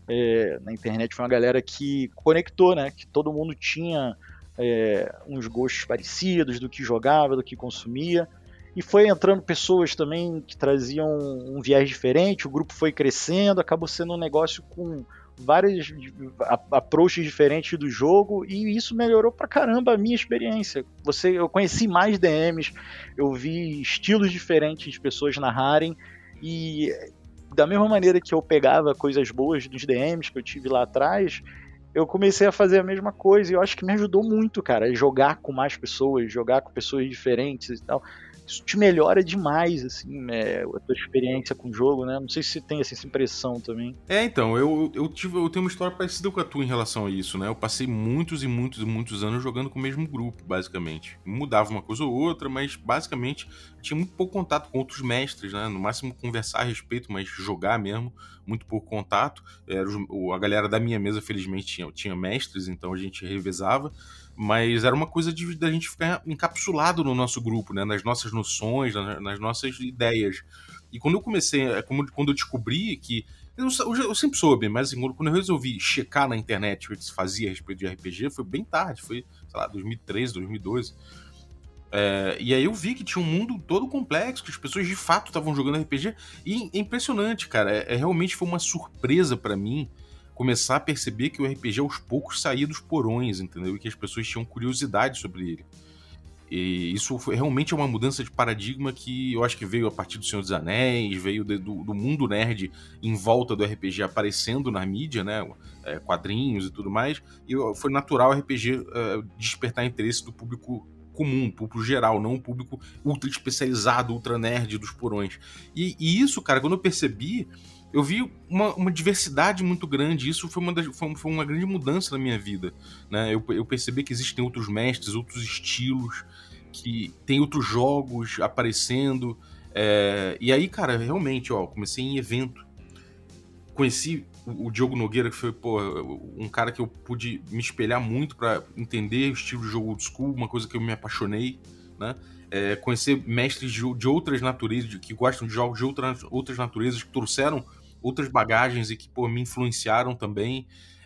na internet. Foi uma galera que conectou, né? Que todo mundo tinha uns gostos parecidos do que jogava, do que consumia, e foi entrando pessoas também que traziam um viés diferente, o grupo foi crescendo, acabou sendo um negócio com vários approaches diferentes do jogo, e isso melhorou pra caramba a minha experiência. Eu conheci mais DMs, eu vi estilos diferentes de pessoas narrarem, e da mesma maneira que eu pegava coisas boas dos DMs que eu tive lá atrás, eu comecei a fazer a mesma coisa e eu acho que me ajudou muito, cara, jogar com mais pessoas, jogar com pessoas diferentes e tal. Isso te melhora demais, assim, a tua experiência com o jogo, né? Não sei se você tem essa impressão também. Então, eu tenho uma história parecida com a tua em relação a isso, né? Eu passei muitos e muitos e muitos anos jogando com o mesmo grupo, basicamente. Mudava uma coisa ou outra, mas basicamente tinha muito pouco contato com outros mestres, né? No máximo conversar a respeito, mas jogar mesmo, muito pouco contato. A galera da minha mesa, felizmente, tinha mestres, então a gente revezava, mas era uma coisa da gente ficar encapsulado no nosso grupo, né? Nas nossas noções, nas nossas ideias. E quando eu comecei, quando eu descobri que eu sempre soube, mas assim, quando eu resolvi checar na internet o que se fazia a respeito de RPG, foi bem tarde, foi, sei lá, 2013, 2012. E aí eu vi que tinha um mundo todo complexo, que as pessoas de fato estavam jogando RPG, e é impressionante, cara. Realmente foi uma surpresa pra mim começar a perceber que o RPG aos poucos saía dos porões, entendeu? E que as pessoas tinham curiosidade sobre ele. E isso realmente é uma mudança de paradigma que eu acho que veio a partir do Senhor dos Anéis, veio do mundo nerd em volta do RPG aparecendo na mídia, né? Quadrinhos e tudo mais. E foi natural o RPG despertar interesse do público comum, público geral, não um público ultra especializado, ultra nerd dos porões. E isso, cara, quando eu percebi, eu vi uma diversidade muito grande. Isso foi uma grande mudança na minha vida, né? Eu percebi que existem outros mestres, outros estilos, que tem outros jogos aparecendo. E aí, cara, realmente, comecei em evento. Conheci o Diogo Nogueira, que foi, um cara que eu pude me espelhar muito pra entender o estilo de jogo old school, uma coisa que eu me apaixonei, né? Conhecer mestres de outras naturezas, que gostam de jogos de outras naturezas, que trouxeram outras bagagens e que, me influenciaram também.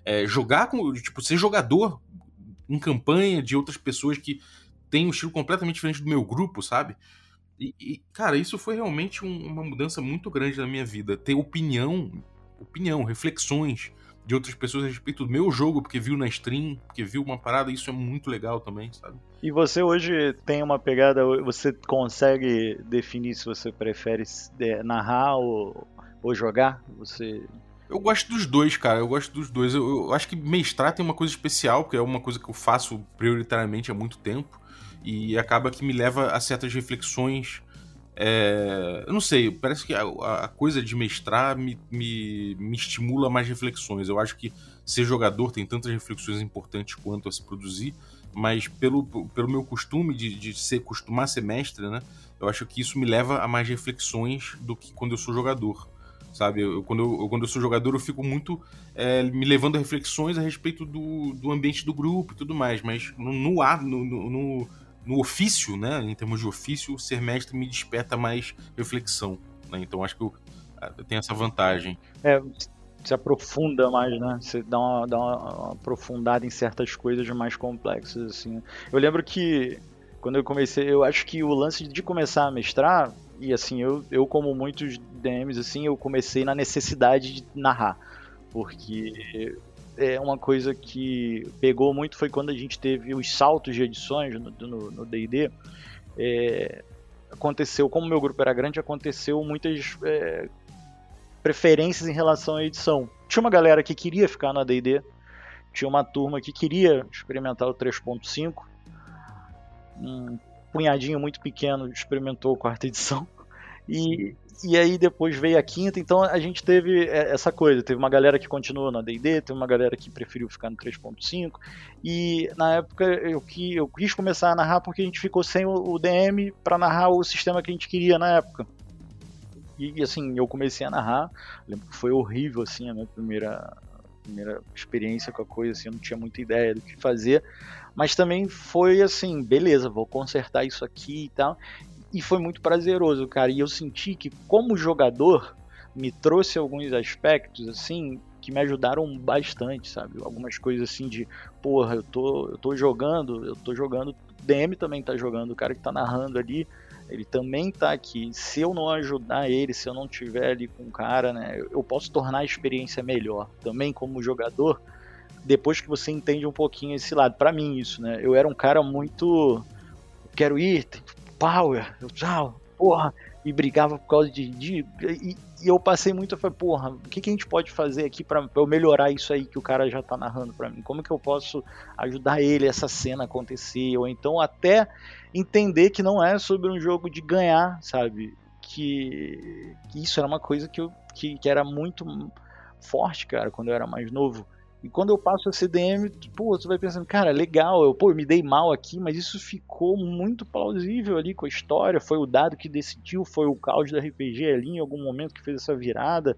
Ser jogador em campanha de outras pessoas que têm um estilo completamente diferente do meu grupo, sabe? Cara, isso foi realmente uma mudança muito grande na minha vida. Ter opinião, reflexões de outras pessoas a respeito do meu jogo, porque viu na stream, porque viu uma parada, isso é muito legal também, sabe? E você hoje tem uma pegada, você consegue definir se você prefere narrar ou jogar? Eu gosto dos dois, cara, eu gosto dos dois. Eu acho que mestrar tem uma coisa especial, porque é uma coisa que eu faço prioritariamente há muito tempo, e acaba que me leva a certas reflexões. Eu não sei, parece que a coisa de mestrar me estimula mais reflexões. Eu acho que ser jogador tem tantas reflexões importantes quanto a se produzir, mas pelo meu costume de costumar ser mestre, né? Eu acho que isso me leva a mais reflexões do que quando eu sou jogador, sabe? Quando eu sou jogador, eu fico muito me levando a reflexões a respeito do ambiente do grupo e tudo mais, mas no ofício, né, em termos de ofício, ser mestre me desperta mais reflexão, né? Então acho que eu tenho essa vantagem. Se aprofunda mais, né? Você dá uma aprofundada em certas coisas mais complexas, assim. Eu lembro que quando eu comecei, eu acho que o lance de começar a mestrar, e assim, eu como muitos DMs, assim, eu comecei na necessidade de narrar, porque uma coisa que pegou muito foi quando a gente teve os saltos de edições no D&D. Aconteceu, como o meu grupo era grande, aconteceu muitas preferências em relação à edição. Tinha uma galera que queria ficar na D&D, tinha uma turma que queria experimentar o 3.5, um punhadinho muito pequeno experimentou a quarta edição, e aí depois veio a quinta. Então a gente teve essa coisa, teve uma galera que continuou na D&D, teve uma galera que preferiu ficar no 3.5, e na época eu quis começar a narrar porque a gente ficou sem o DM para narrar o sistema que a gente queria na época. E assim, eu comecei a narrar, lembro que foi horrível, assim, a minha primeira experiência com a coisa, assim, eu não tinha muita ideia do que fazer, mas também foi assim, beleza, vou consertar isso aqui e tal, e foi muito prazeroso, cara, e eu senti que como jogador me trouxe alguns aspectos, assim, que me ajudaram bastante, sabe, algumas coisas assim de, porra, eu tô jogando, o DM também tá jogando, o cara que tá narrando ali, ele também tá aqui. Se eu não ajudar ele, se eu não tiver ali com o cara, né, eu posso tornar a experiência melhor. Também como jogador, depois que você entende um pouquinho esse lado. Pra mim isso, né, eu era um cara muito... quero ir, power, tchau, porra, e brigava por causa e eu passei muito, eu falei, porra, o que a gente pode fazer aqui pra eu melhorar isso aí que o cara já tá narrando pra mim? Como que eu posso ajudar ele, essa cena acontecer? Ou então até entender que não é sobre um jogo de ganhar, sabe? Que isso era uma coisa que era muito forte, cara, quando eu era mais novo. E quando eu passo a CDM, você vai pensando, cara, legal, eu me dei mal aqui, mas isso ficou muito plausível ali com a história, foi o dado que decidiu, foi o caos do RPG ali em algum momento que fez essa virada,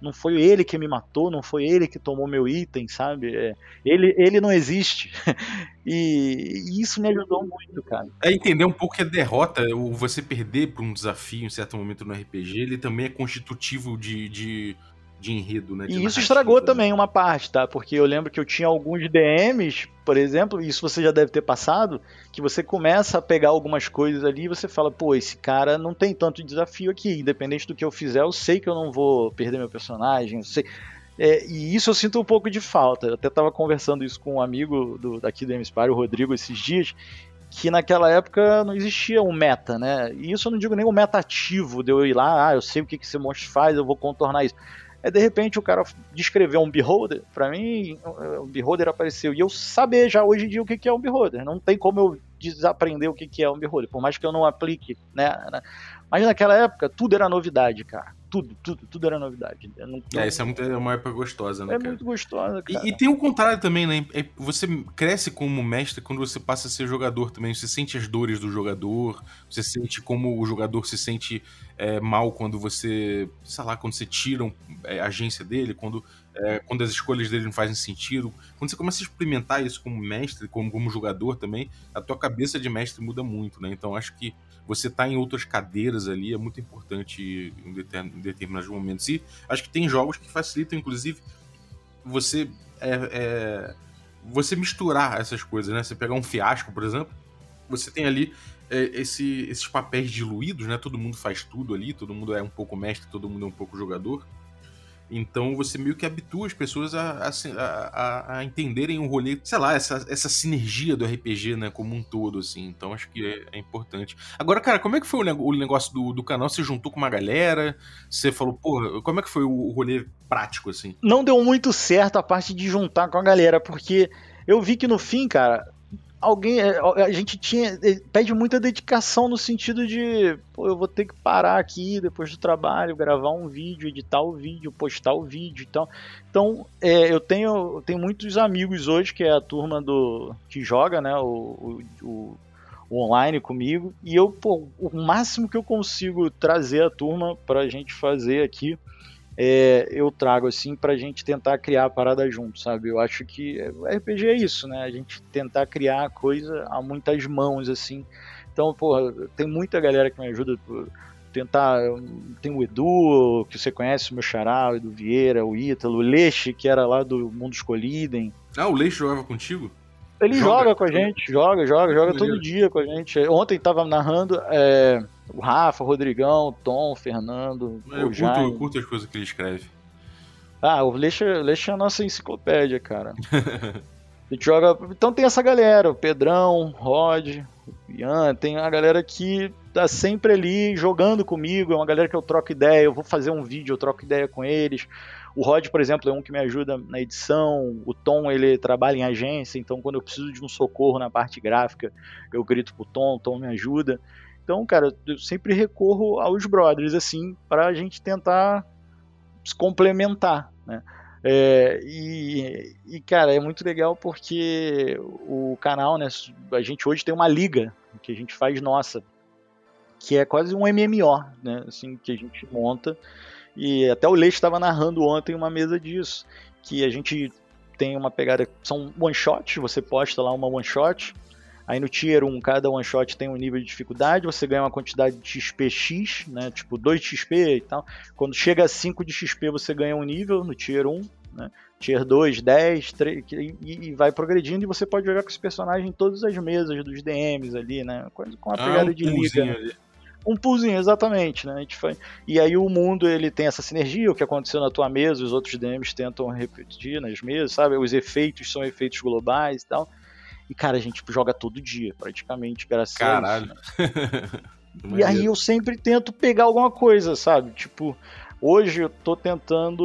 não foi ele que me matou, não foi ele que tomou meu item, sabe? Ele não existe. E isso me ajudou muito, cara. É entender um pouco que a derrota, ou você perder por um desafio em certo momento no RPG, ele também é constitutivo de enredo, né? E isso estragou também uma parte, tá? Porque eu lembro que eu tinha alguns DMs, por exemplo, e isso você já deve ter passado, que você começa a pegar algumas coisas ali e você fala, pô, esse cara não tem tanto desafio aqui, independente do que eu fizer, eu sei que eu não vou perder meu personagem, eu sei. E isso eu sinto um pouco de falta. Eu até tava conversando isso com um amigo daqui do M-Spy, o Rodrigo, esses dias, que naquela época não existia um meta, né? E isso eu não digo nem um meta ativo, de eu ir lá, eu sei o que esse monstro faz, eu vou contornar isso. De repente o cara descreveu um beholder, pra mim o beholder apareceu, e eu saber já hoje em dia o que é um beholder, não tem como eu desaprender o que é um beholder, por mais que eu não aplique, né? Mas naquela época tudo era novidade, cara, tudo era novidade. Isso é uma época gostosa, né, cara? É muito gostosa, cara. E tem o contrário também, né? Você cresce como mestre quando você passa a ser jogador também. Você sente as dores do jogador, você sente como o jogador se sente mal quando você, sei lá, quando você tira a agência dele, quando as escolhas dele não fazem sentido. Quando você começa a experimentar isso como mestre, como jogador também, a tua cabeça de mestre muda muito, né? Então acho que você tá em outras cadeiras ali é muito importante em determinados momentos. E acho que tem jogos que facilitam, inclusive, você você misturar essas coisas, né? Você pegar um fiasco, por exemplo, você tem ali esses papéis diluídos, né? Todo mundo faz tudo ali, todo mundo é um pouco mestre, todo mundo é um pouco jogador. Então você meio que habitua as pessoas a entenderem o rolê, sei lá, essa sinergia do RPG, né, como um todo, assim. Então acho que é importante. Agora, cara, como é que foi o negócio do canal? Você juntou com uma galera? Você falou, porra, como é que foi o rolê prático, assim? Não deu muito certo a parte de juntar com a galera, porque eu vi que no fim, cara, a gente pede muita dedicação no sentido de, pô, eu vou ter que parar aqui depois do trabalho, gravar um vídeo, editar o vídeo, postar o vídeo e tal. Então, eu tenho muitos amigos hoje, que é a turma que joga, né, o online comigo, e o máximo que eu consigo trazer a turma pra gente fazer aqui, eu trago assim pra gente tentar criar a parada junto, sabe? Eu acho que o RPG é isso, né? A gente tentar criar coisa a muitas mãos, assim. Então, porra, tem muita galera que me ajuda tentar. Tem o Edu, que você conhece, o meu xará, o Edu Vieira, o Ítalo, o Leixe, que era lá do Mundo Escolhidem. Ah, o Leixe jogava contigo? Ele joga com a gente, joga todo dia com a gente. Ontem tava narrando o Rafa, o Rodrigão, o Tom, o Fernando, o Jaime. Eu curto as coisas que ele escreve. Ah, o Leixa é a nossa enciclopédia, cara. A gente joga... Então tem essa galera, o Pedrão, o Rod, o Ian, tem a galera que tá sempre ali jogando comigo, é uma galera que eu troco ideia, eu vou fazer um vídeo, eu troco ideia com eles. O Rod, por exemplo, é um que me ajuda na edição. O Tom, ele trabalha em agência, então quando eu preciso de um socorro na parte gráfica, eu grito pro Tom, o Tom me ajuda. Então, cara, eu sempre recorro aos brothers, assim, pra gente tentar se complementar, né? Cara, é muito legal porque o canal, né, a gente hoje tem uma liga que a gente faz nossa, que é quase um MMO, né, assim, que a gente monta. E até o Leite estava narrando ontem uma mesa disso, que a gente tem uma pegada, são one shot, você posta lá uma one shot, aí no tier 1 cada one shot tem um nível de dificuldade, você ganha uma quantidade de XPX, né, tipo 2 XP e tal. Quando chega a 5 de XP você ganha um nível no tier 1, né, tier 2, 10, 3, e vai progredindo, e você pode jogar com esse personagem em todas as mesas dos DMs ali, né, com a pegada de liga. Ali. Um poolzinho, exatamente, né? A gente faz... E aí o mundo, ele tem essa sinergia, o que aconteceu na tua mesa, os outros DMs tentam repetir nas mesas, sabe? Os efeitos são efeitos globais e tal. E, cara, a gente joga todo dia, praticamente, graças a isso. Né? E aí eu sempre tento pegar alguma coisa, sabe? Tipo, hoje eu tô tentando...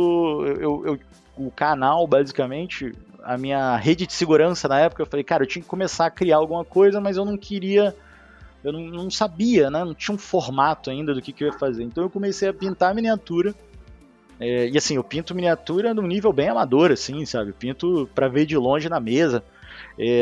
o canal, basicamente, a minha rede de segurança na época, eu falei, cara, eu tinha que começar a criar alguma coisa, mas eu não queria... Eu não sabia, né? Não tinha um formato ainda do que eu ia fazer. Então eu comecei a pintar miniatura. E assim, eu pinto miniatura num nível bem amador, assim, sabe? Eu pinto pra ver de longe na mesa.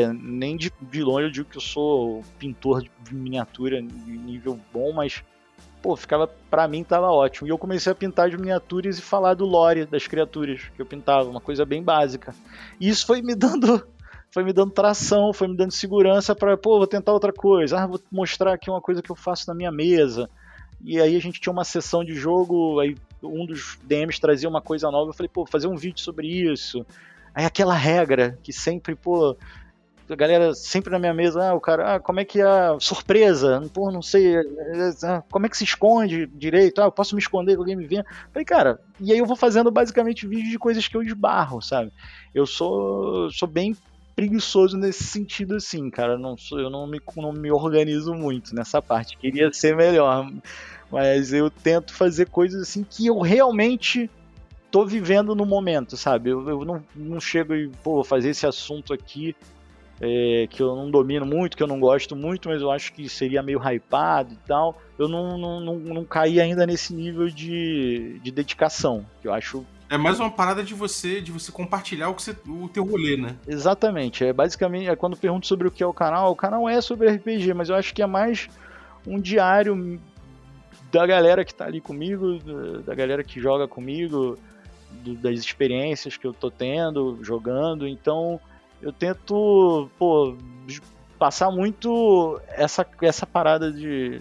Nem de longe eu digo que eu sou pintor de miniatura de nível bom, mas pô, pra mim tava ótimo. E eu comecei a pintar de miniaturas e falar do lore das criaturas que eu pintava, uma coisa bem básica. E isso foi me dando tração, foi me dando segurança para, pô, vou tentar outra coisa. Vou mostrar aqui uma coisa que eu faço na minha mesa. E aí a gente tinha uma sessão de jogo, aí um dos DMs trazia uma coisa nova, eu falei, pô, vou fazer um vídeo sobre isso. Aí aquela regra que sempre, pô, a galera sempre na minha mesa, o cara, como é que é surpresa? Pô, não sei, como é que se esconde direito? Eu posso me esconder que alguém me vê? Falei, cara, e aí eu vou fazendo basicamente vídeos de coisas que eu esbarro, sabe? Eu sou bem preguiçoso nesse sentido assim, cara, eu não me organizo muito nessa parte, queria ser melhor, mas eu tento fazer coisas assim que eu realmente tô vivendo no momento, sabe? Eu não chego e, pô, vou fazer esse assunto aqui que eu não domino muito, que eu não gosto muito, mas eu acho que seria meio hypado e tal. Eu não caí ainda nesse nível de dedicação, que eu acho. É mais uma parada de você compartilhar o teu rolê, né? Exatamente. Basicamente, quando pergunto sobre o que é o canal é sobre RPG, mas eu acho que é mais um diário da galera que tá ali comigo, da galera que joga comigo, das experiências que eu tô tendo, jogando. Então, eu tento, pô, passar muito essa parada de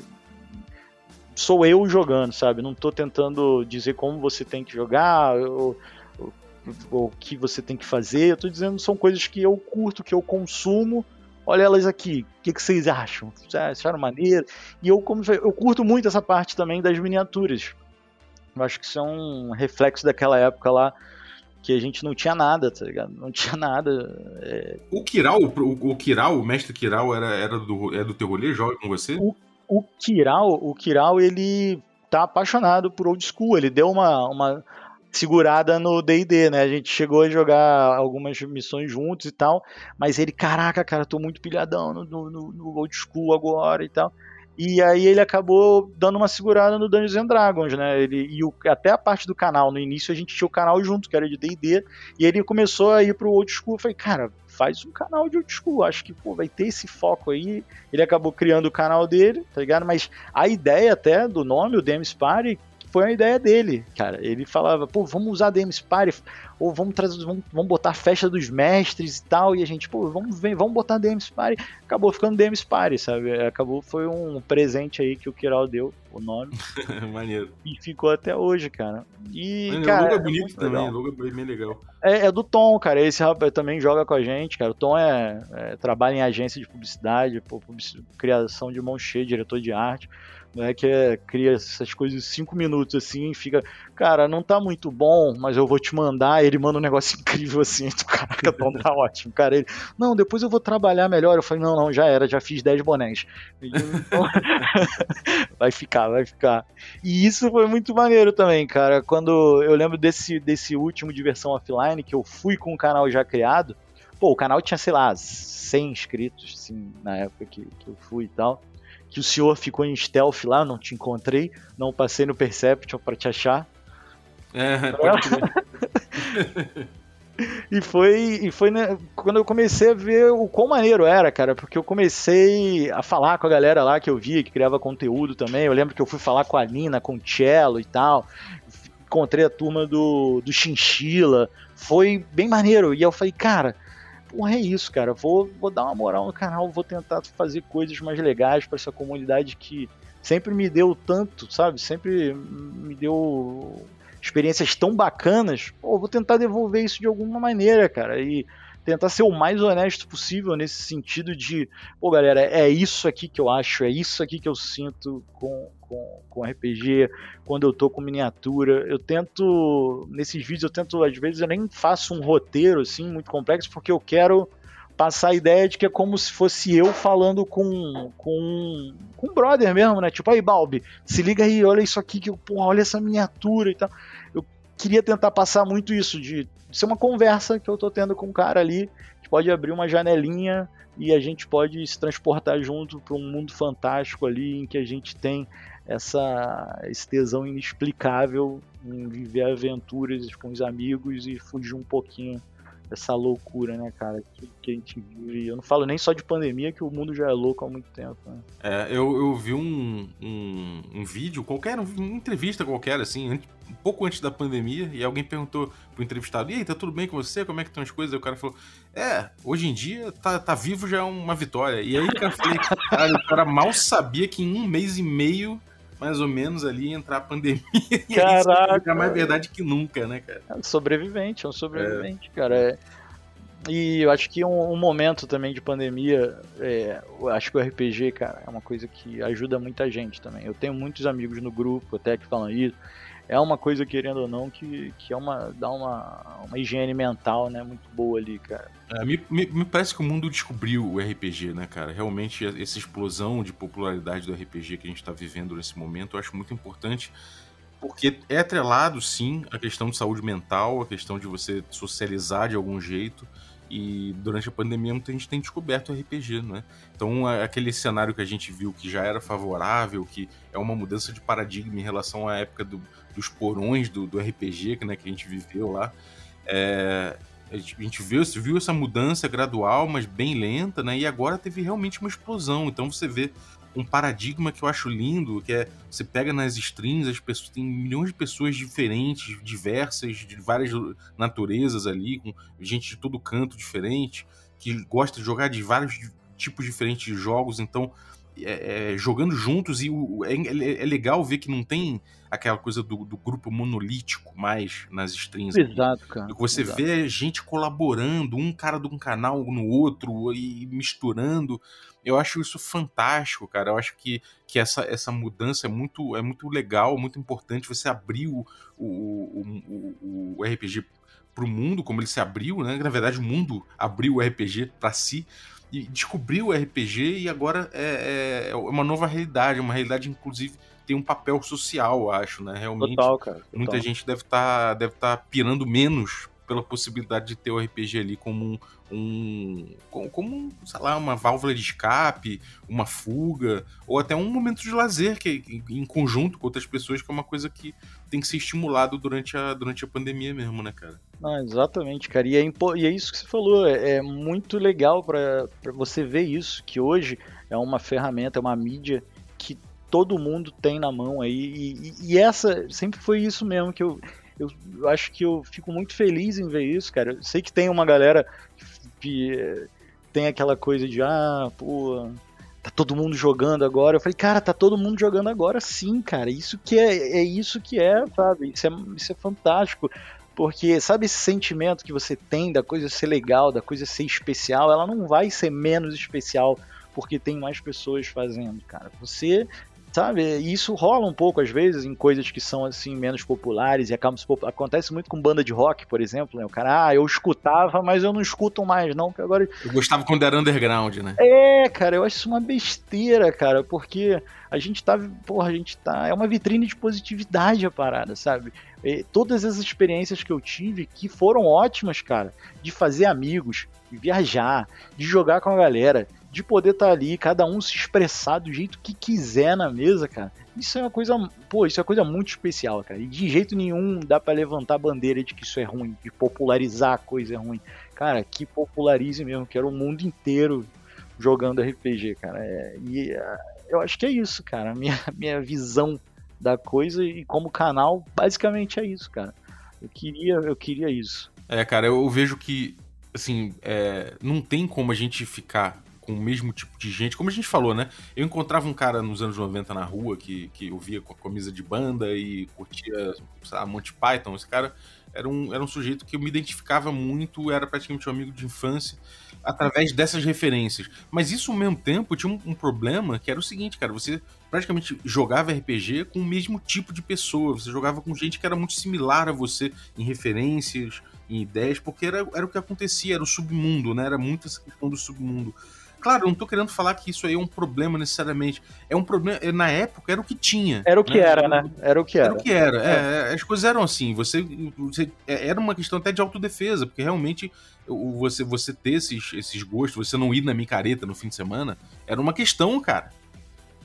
sou eu jogando, sabe? Não tô tentando dizer como você tem que jogar ou o que você tem que fazer. Eu tô dizendo são coisas que eu curto, que eu consumo. Olha elas aqui, o que vocês acham? Acharam maneiro? E eu curto muito essa parte também das miniaturas. Eu acho que isso é um reflexo daquela época lá, que a gente não tinha nada, tá ligado? Não tinha nada. O Kiral, o mestre Kiral é do teu rolê? Joga com você? O Kiral, ele tá apaixonado por old school. Ele deu uma segurada no D&D, né? A gente chegou a jogar algumas missões juntos e tal, mas ele, caraca, cara, tô muito pilhadão no old school agora e tal. E aí ele acabou dando uma segurada no Dungeons and Dragons, né? Até a parte do canal, no início a gente tinha o canal junto, que era de D&D, e ele começou a ir pro old school. Eu falei, cara, faz um canal de old school, acho que, pô, vai ter esse foco aí. Ele acabou criando o canal dele, tá ligado? Mas a ideia até do nome, o DMs Party, foi a ideia dele, cara. Ele falava, pô, vamos usar DMs Party, ou vamos botar a festa dos mestres e tal, e a gente, pô, vamos botar DMs Party. Acabou ficando DMs Party, sabe? Foi um presente aí que o Kiral deu, o nome. Maneiro. E ficou até hoje, cara. E, Maneiro, cara, o logo é bonito também, o logo é bem legal. É do Tom, cara. Esse rapaz também joga com a gente, cara. O Tom trabalha em agência de publicidade, criação de mão cheia, diretor de arte. Que cria essas coisas em 5 minutos, assim, e fica, cara, não tá muito bom, mas eu vou te mandar. Ele manda um negócio incrível, assim, caraca, Tom, tá ótimo, cara. Ele, não, depois eu vou trabalhar melhor. Eu falei, não, já era, já fiz 10 bonés. Então, vai ficar. E isso foi muito maneiro também, cara. Quando eu lembro desse último Diversão Offline, que eu fui com o canal já criado, pô, o canal tinha, sei lá, 100 inscritos, assim, na época que eu fui e tal. Que o senhor ficou em stealth lá, não te encontrei, não passei no Perception pra te achar. Pode crer. E foi né, quando eu comecei a ver o quão maneiro era, cara, porque eu comecei a falar com a galera lá que eu via, que criava conteúdo também. Eu lembro que eu fui falar com a Nina, com o Cello e tal. Encontrei a turma do Chinchila. Foi bem maneiro. E eu falei, cara, porra, é isso, cara. Vou dar uma moral no canal, vou tentar fazer coisas mais legais pra essa comunidade que sempre me deu tanto, sabe? Sempre me deu experiências tão bacanas. Pô, vou tentar devolver isso de alguma maneira, cara. E tentar ser o mais honesto possível nesse sentido de, pô, galera, é isso aqui que eu acho, é isso aqui que eu sinto com RPG, quando eu tô com miniatura. Eu tento, nesses vídeos, às vezes eu nem faço um roteiro, assim, muito complexo, porque eu quero passar a ideia de que é como se fosse eu falando com um brother mesmo, né? Tipo, aí, Balbi, se liga aí, olha isso aqui, olha essa miniatura e tal. Eu queria tentar passar muito isso, de ser uma conversa que eu tô tendo com um cara ali, que pode abrir uma janelinha e a gente pode se transportar junto para um mundo fantástico ali, em que a gente tem esse tesão inexplicável em viver aventuras com os amigos e fugir um pouquinho essa loucura, né, cara, que a gente vive. Eu não falo nem só de pandemia, que o mundo já é louco há muito tempo, né? Eu vi um vídeo qualquer, uma entrevista qualquer, assim, um pouco antes da pandemia, e alguém perguntou pro entrevistado: e aí, tá tudo bem com você? Como é que estão as coisas? Aí o cara falou: hoje em dia, tá vivo já é uma vitória. E aí, cara, eu falei: cara, o cara mal sabia que em 1 mês e meio, mais ou menos, ali, ia entrar a pandemia. E Caraca! É mais verdade que nunca, né, cara? É um sobrevivente, cara. E eu acho que um momento também de pandemia, eu acho que o RPG, cara, é uma coisa que ajuda muita gente também. Eu tenho muitos amigos no grupo até que falam isso. É uma coisa, querendo ou não, que dá uma higiene mental, né, muito boa ali, cara. Me parece que o mundo descobriu o RPG, né, cara? Realmente, essa explosão de popularidade do RPG que a gente tá vivendo nesse momento, eu acho muito importante, porque é atrelado, sim, a questão de saúde mental, a questão de você socializar de algum jeito. E durante a pandemia muita gente tem descoberto o RPG, né? Então aquele cenário que a gente viu que já era favorável, que é uma mudança de paradigma em relação à época dos porões do RPG, né, que a gente viveu lá. A gente viu essa mudança gradual, mas bem lenta, né? E agora teve realmente uma explosão. Então você vê um paradigma que eu acho lindo, que é, você pega nas streams, as pessoas, tem milhões de pessoas diferentes, diversas, de várias naturezas ali, com gente de todo canto diferente, que gosta de jogar de vários tipos diferentes de jogos, então jogando juntos, e é legal ver que não tem aquela coisa do grupo monolítico mais nas streams. Exato, cara. Você vê gente colaborando, um cara de um canal no outro e misturando. Eu acho isso fantástico, cara. Eu acho que essa mudança é muito legal, muito importante. Você abrir o RPG pro mundo, como ele se abriu, né? Na verdade, o mundo abriu o RPG para si e descobriu o RPG, e agora é uma nova realidade, uma realidade, inclusive, tem um papel social, eu acho, né? Realmente, total, cara, total. Muita gente deve tá pirando menos pela possibilidade de ter o RPG ali como sei lá, uma válvula de escape, uma fuga, ou até um momento de lazer que em conjunto com outras pessoas, que é uma coisa que tem que ser estimulado durante a pandemia mesmo, né, cara? Não, exatamente, cara. E é isso que você falou, é muito legal pra você ver isso, que hoje é uma ferramenta, é uma mídia que todo mundo tem na mão aí, e essa sempre foi isso mesmo, que eu acho que eu fico muito feliz em ver isso, cara. Eu sei que tem uma galera que tem aquela coisa de, pô, tá todo mundo jogando agora. Eu falei, cara, tá todo mundo jogando agora sim, cara. Isso que isso que é, sabe? Isso é fantástico. Porque, sabe, esse sentimento que você tem da coisa ser legal, da coisa ser especial, ela não vai ser menos especial porque tem mais pessoas fazendo, cara. Você, sabe, isso rola um pouco às vezes em coisas que são assim menos populares, e acontece muito com banda de rock, por exemplo, né? O cara, eu escutava, mas eu não escuto mais não, porque agora eu gostava quando era underground, né? Cara, eu acho isso uma besteira, cara, porque a gente tá, é uma vitrine de positividade a parada, sabe? Todas as experiências que eu tive, que foram ótimas, cara, de fazer amigos, de viajar, de jogar com a galera, de poder estar ali, cada um se expressar do jeito que quiser na mesa, cara. Isso é uma coisa, isso é uma coisa muito especial, cara. E de jeito nenhum dá pra levantar a bandeira de que isso é ruim, de popularizar a coisa é ruim. Cara, que popularize mesmo, quero o mundo inteiro jogando RPG, cara. Eu acho que é isso, cara. Minha visão da coisa, e como canal, basicamente é isso, cara. Eu queria isso. Cara, eu vejo que, assim, não tem como a gente ficar com o mesmo tipo de gente. Como a gente falou, né? Eu encontrava um cara nos anos 90 na rua que eu via com a camisa de banda e curtia, sei lá, Monty Python. Esse cara era um sujeito que eu me identificava muito, era praticamente um amigo de infância, através dessas referências. Mas isso, ao mesmo tempo, tinha um problema, que era o seguinte, cara, você praticamente jogava RPG com o mesmo tipo de pessoa, você jogava com gente que era muito similar a você em referências, em ideias, porque era o que acontecia, era o submundo, né? Era muito essa questão do submundo. Claro, eu não tô querendo falar que isso aí é um problema necessariamente. É um problema, na época era o que tinha. Era o que era, né? Era o que era. Era o que era. As coisas eram assim. Você era uma questão até de autodefesa, porque realmente você ter esses gostos, você não ir na micareta no fim de semana, era uma questão, cara.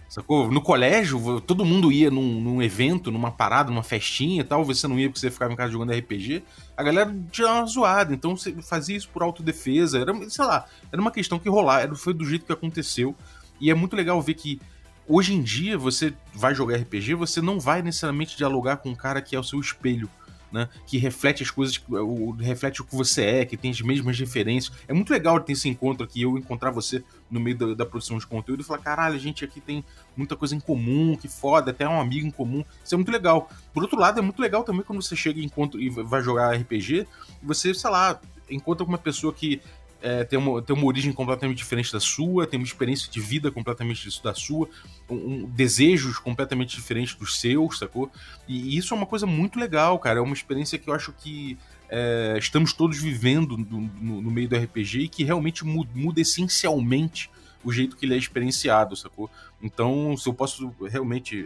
Sacou? No colégio, todo mundo ia num evento, numa parada, numa festinha e tal, você não ia porque você ficava em casa jogando RPG, a galera tinha uma zoada, então você fazia isso por autodefesa, era, sei lá, era uma questão que rolava, foi do jeito que aconteceu, e é muito legal ver que hoje em dia você vai jogar RPG, você não vai necessariamente dialogar com um cara que é o seu espelho, né, que reflete as coisas, reflete o que você é, que tem as mesmas referências. É muito legal ter esse encontro aqui, eu encontrar você no meio da produção de conteúdo e falar, caralho, a gente aqui tem muita coisa em comum, que foda, até um amigo em comum. Isso é muito legal. Por outro lado, é muito legal também quando você chega e vai jogar RPG, e você, sei lá, encontra com uma pessoa que tem uma origem completamente diferente da sua, tem uma experiência de vida completamente da sua, desejos completamente diferentes dos seus, sacou? E isso é uma coisa muito legal, cara. É uma experiência que eu acho que estamos todos vivendo no meio do RPG e que realmente muda essencialmente o jeito que ele é experienciado, sacou? Então, se eu posso realmente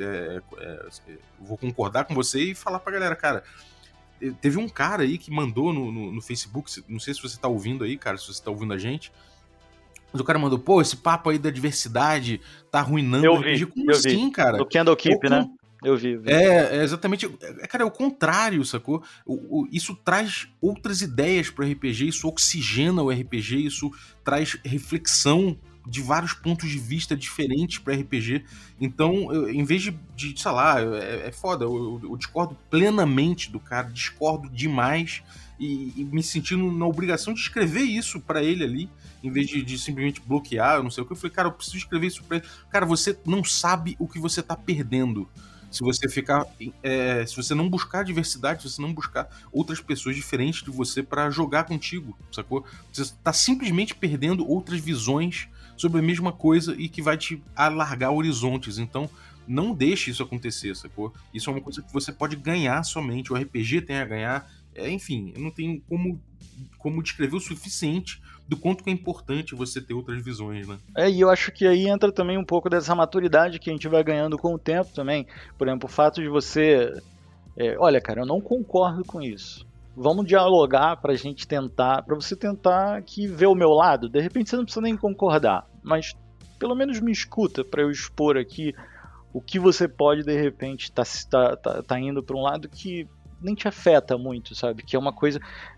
vou concordar com você e falar pra galera, cara, teve um cara aí que mandou no Facebook, não sei se você tá ouvindo aí, cara, se você tá ouvindo a gente, mas o cara mandou, pô, esse papo aí da diversidade tá arruinando o RPG. Como assim, cara? Do Candle Keep, né? Eu vi. Exatamente. Cara, é o contrário, sacou? Isso traz outras ideias pro RPG, isso oxigena o RPG, isso traz reflexão de vários pontos de vista diferentes para RPG. Então, em vez de sei lá, é foda, eu discordo plenamente do cara, discordo demais e me sentindo na obrigação de escrever isso para ele ali, em vez de simplesmente bloquear, eu não sei o que. Eu falei, cara, eu preciso escrever isso pra ele. Cara, você não sabe o que você tá perdendo se você ficar, se você não buscar diversidade, se você não buscar outras pessoas diferentes de você para jogar contigo, sacou? Você tá simplesmente perdendo outras visões sobre a mesma coisa e que vai te alargar horizontes. Então, não deixe isso acontecer, sacou? Isso é uma coisa que você pode ganhar somente. O RPG tem a ganhar. Enfim, eu não tenho como descrever o suficiente do quanto que é importante você ter outras visões, né? E eu acho que aí entra também um pouco dessa maturidade que a gente vai ganhando com o tempo também. Por exemplo, o fato de você... olha, cara, eu não concordo com isso. Vamos dialogar pra gente tentar... Pra você tentar aqui ver o meu lado. De repente você não precisa nem concordar, mas pelo menos me escuta pra eu expor aqui o que você pode, de repente, tá indo pra um lado que nem te afeta muito, sabe? Que é uma coisa...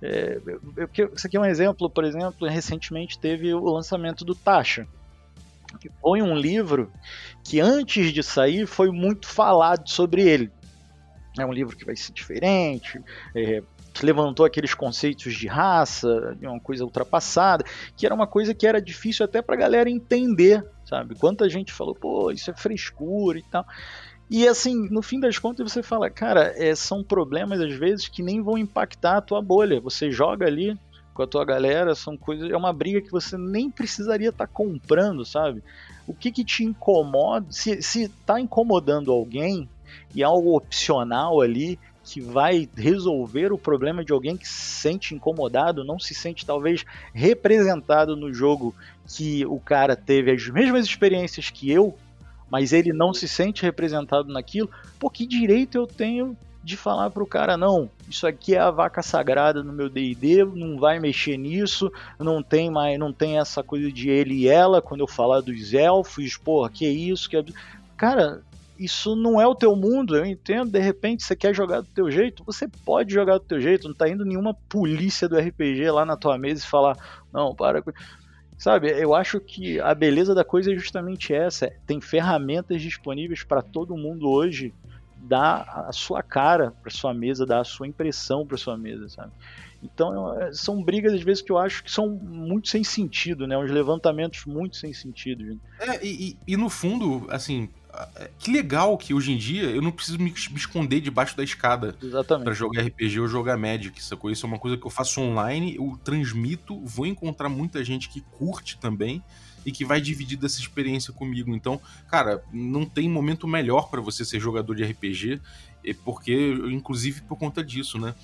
Isso aqui é um exemplo, por exemplo, recentemente teve o lançamento do Tasha, que foi um livro que antes de sair foi muito falado sobre ele. É um livro que vai ser diferente, que levantou aqueles conceitos de raça, de uma coisa ultrapassada, que era uma coisa que era difícil até pra galera entender, sabe? Quanta gente falou, pô, isso é frescura e tal... E assim, no fim das contas você fala, cara, são problemas às vezes que nem vão impactar a tua bolha. Você joga ali com a tua galera, são coisas, é uma briga que você nem precisaria estar comprando, sabe? O que te incomoda, se tá incomodando alguém e é algo opcional ali que vai resolver o problema de alguém que se sente incomodado, não se sente talvez representado no jogo, que o cara teve as mesmas experiências que eu, mas ele não se sente representado naquilo, pô, que direito eu tenho de falar pro cara, não, isso aqui é a vaca sagrada no meu D&D, não vai mexer nisso, não tem essa coisa de ele e ela, quando eu falar dos elfos, pô, que isso, cara, isso não é o teu mundo, eu entendo, de repente você quer jogar do teu jeito, você pode jogar do teu jeito, não tá indo nenhuma polícia do RPG lá na tua mesa e falar, não, para com... Sabe, eu acho que a beleza da coisa é justamente essa. Tem ferramentas disponíveis para todo mundo hoje dar a sua cara para sua mesa, dar a sua impressão para sua mesa, sabe? Então, são brigas às vezes que eu acho que são muito sem sentido, né? Uns levantamentos muito sem sentido. Gente. E no fundo, assim, que legal que hoje em dia eu não preciso me esconder debaixo da escada para jogar RPG ou jogar Magic, sacou? Isso é uma coisa que eu faço online, eu transmito, vou encontrar muita gente que curte também e que vai dividir dessa experiência comigo. Então, cara, não tem momento melhor para você ser jogador de RPG, porque, inclusive por conta disso, né?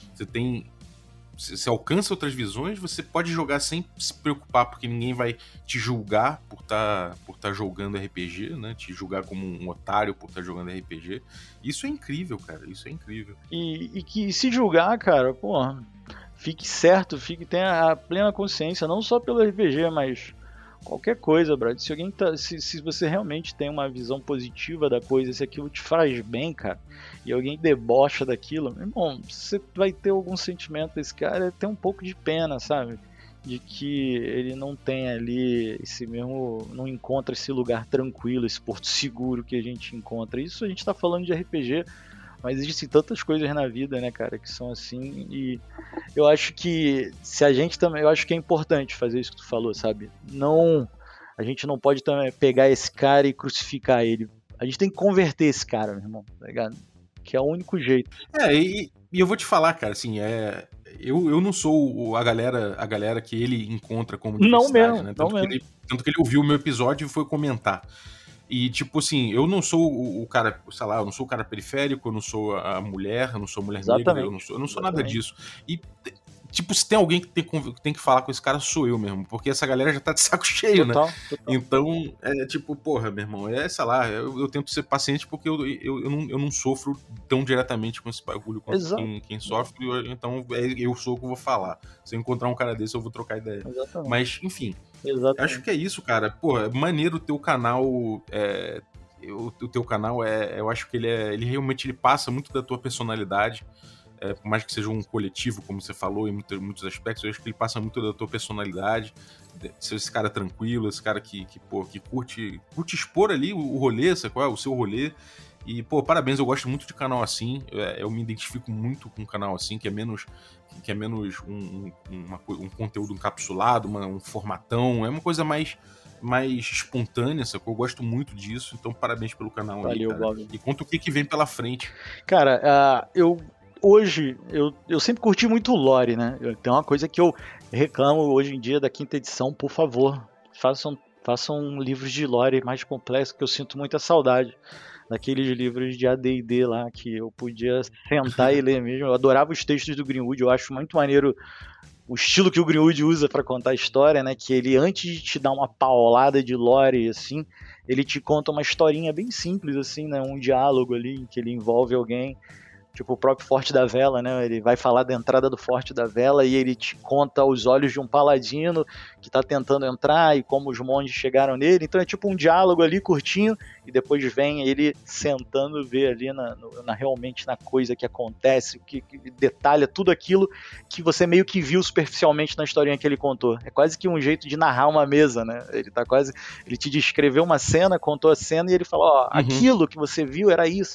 Você alcança outras visões, você pode jogar sem se preocupar, porque ninguém vai te julgar por tá jogando RPG, né? Te julgar como um otário por estar jogando RPG. Isso é incrível, cara. Isso é incrível. E que se julgar, cara, porra, fique certo, tenha a plena consciência, não só pelo RPG, mas qualquer coisa, brother. Se alguém se você realmente tem uma visão positiva da coisa, se aquilo te faz bem, cara, e alguém debocha daquilo, meu irmão, você vai ter algum sentimento desse cara, tem um pouco de pena, sabe? De que ele não tem ali esse mesmo, não encontra esse lugar tranquilo, esse porto seguro que a gente encontra. Isso a gente tá falando de RPG, mas existem tantas coisas na vida, né, cara, que são assim, e eu acho que se a gente também, eu acho que é importante fazer isso que tu falou, sabe? Não, a gente não pode também pegar esse cara e crucificar ele. A gente tem que converter esse cara, meu irmão, tá ligado? Que é o único jeito. E eu vou te falar, cara, assim, eu não sou a galera que ele encontra como diversidade, Não mesmo, né? não mesmo. Tanto que ele ouviu o meu episódio e foi comentar. E, tipo assim, eu não sou o cara, sei lá, eu não sou o cara periférico, eu não sou a mulher, eu não sou a mulher negra, eu não sou nada disso. E, tipo, se tem alguém que tem que falar com esse cara, sou eu mesmo, porque essa galera já tá de saco cheio, Total. né? Então, tipo, porra, meu irmão, sei lá, eu tento ser paciente porque eu não sofro tão diretamente com esse bagulho quanto quem sofre, então eu sou o que eu vou falar. Se eu encontrar um cara desse, eu vou trocar ideia. Exatamente. Mas, enfim... Exatamente. Acho que é isso, cara. Pô, é maneiro o teu canal. O teu canal eu acho que ele realmente passa muito da tua personalidade. Por mais que seja um coletivo, como você falou, em muitos aspectos, eu acho que ele passa muito da tua personalidade. Ser esse cara tranquilo, esse cara que curte expor ali o rolê, sabe qual é? O seu rolê. E, pô, parabéns, eu gosto muito de canal assim. Eu me identifico muito com um canal assim, que é menos um conteúdo encapsulado, um formatão. É uma coisa mais espontânea, sacou? Eu gosto muito disso. Então, parabéns pelo canal. Valeu, aí, cara. Bob. E conta o que vem pela frente. Cara, hoje, eu sempre curti muito o lore, né? Tem uma coisa que eu reclamo hoje em dia da 5ª edição, por favor, façam livros de lore mais complexos, que eu sinto muita saudade daqueles livros de AD&D lá, que eu podia sentar e ler mesmo. Eu adorava os textos do Greenwood, eu acho muito maneiro o estilo que o Greenwood usa para contar a história, né? Que ele, antes de te dar uma paulada de lore, assim, ele te conta uma historinha bem simples, assim, né? Um diálogo ali em que ele envolve alguém. Tipo o próprio Forte da Vela, né? Ele vai falar da entrada do Forte da Vela e ele te conta aos olhos de um paladino que tá tentando entrar e como os monges chegaram nele. Então é tipo um diálogo ali curtinho e depois vem ele sentando ver ali realmente na coisa que acontece, que detalha tudo aquilo que você meio que viu superficialmente na historinha que ele contou. É quase que um jeito de narrar uma mesa, né? Ele te descreveu uma cena, contou a cena e ele falou, ó, aquilo que você viu era isso.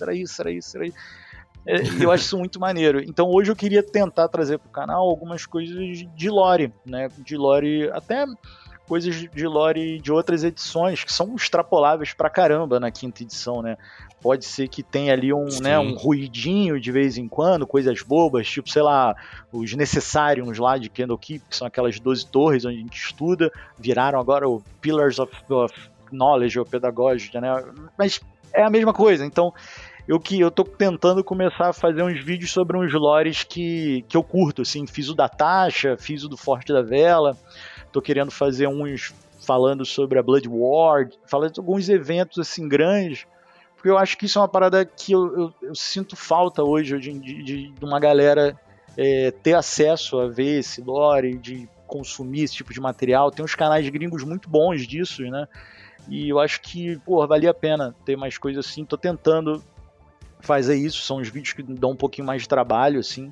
Eu acho isso muito maneiro. Então hoje eu queria tentar trazer para o canal algumas coisas de lore, né? De lore, até coisas de lore de outras edições que são extrapoláveis pra caramba na 5ª edição, né? Pode ser que tenha ali um ruidinho de vez em quando, coisas bobas, tipo, sei lá, os Necessariums lá de Candlekeep, que são aquelas 12 torres onde a gente estuda, viraram agora o Pillars of Knowledge ou Pedagogy, né? Mas é a mesma coisa, então eu tô tentando começar a fazer uns vídeos sobre uns lores que eu curto, assim, fiz o da Tasha, fiz o do Forte da Vela, tô querendo fazer uns falando sobre a Blood War, falando de alguns eventos, assim, grandes, porque eu acho que isso é uma parada que eu sinto falta hoje em dia, de uma galera ter acesso a ver esse lore, de consumir esse tipo de material. Tem uns canais gringos muito bons disso, né? E eu acho que, pô, valia a pena ter mais coisas assim. Tô tentando fazer isso, são os vídeos que dão um pouquinho mais de trabalho, assim.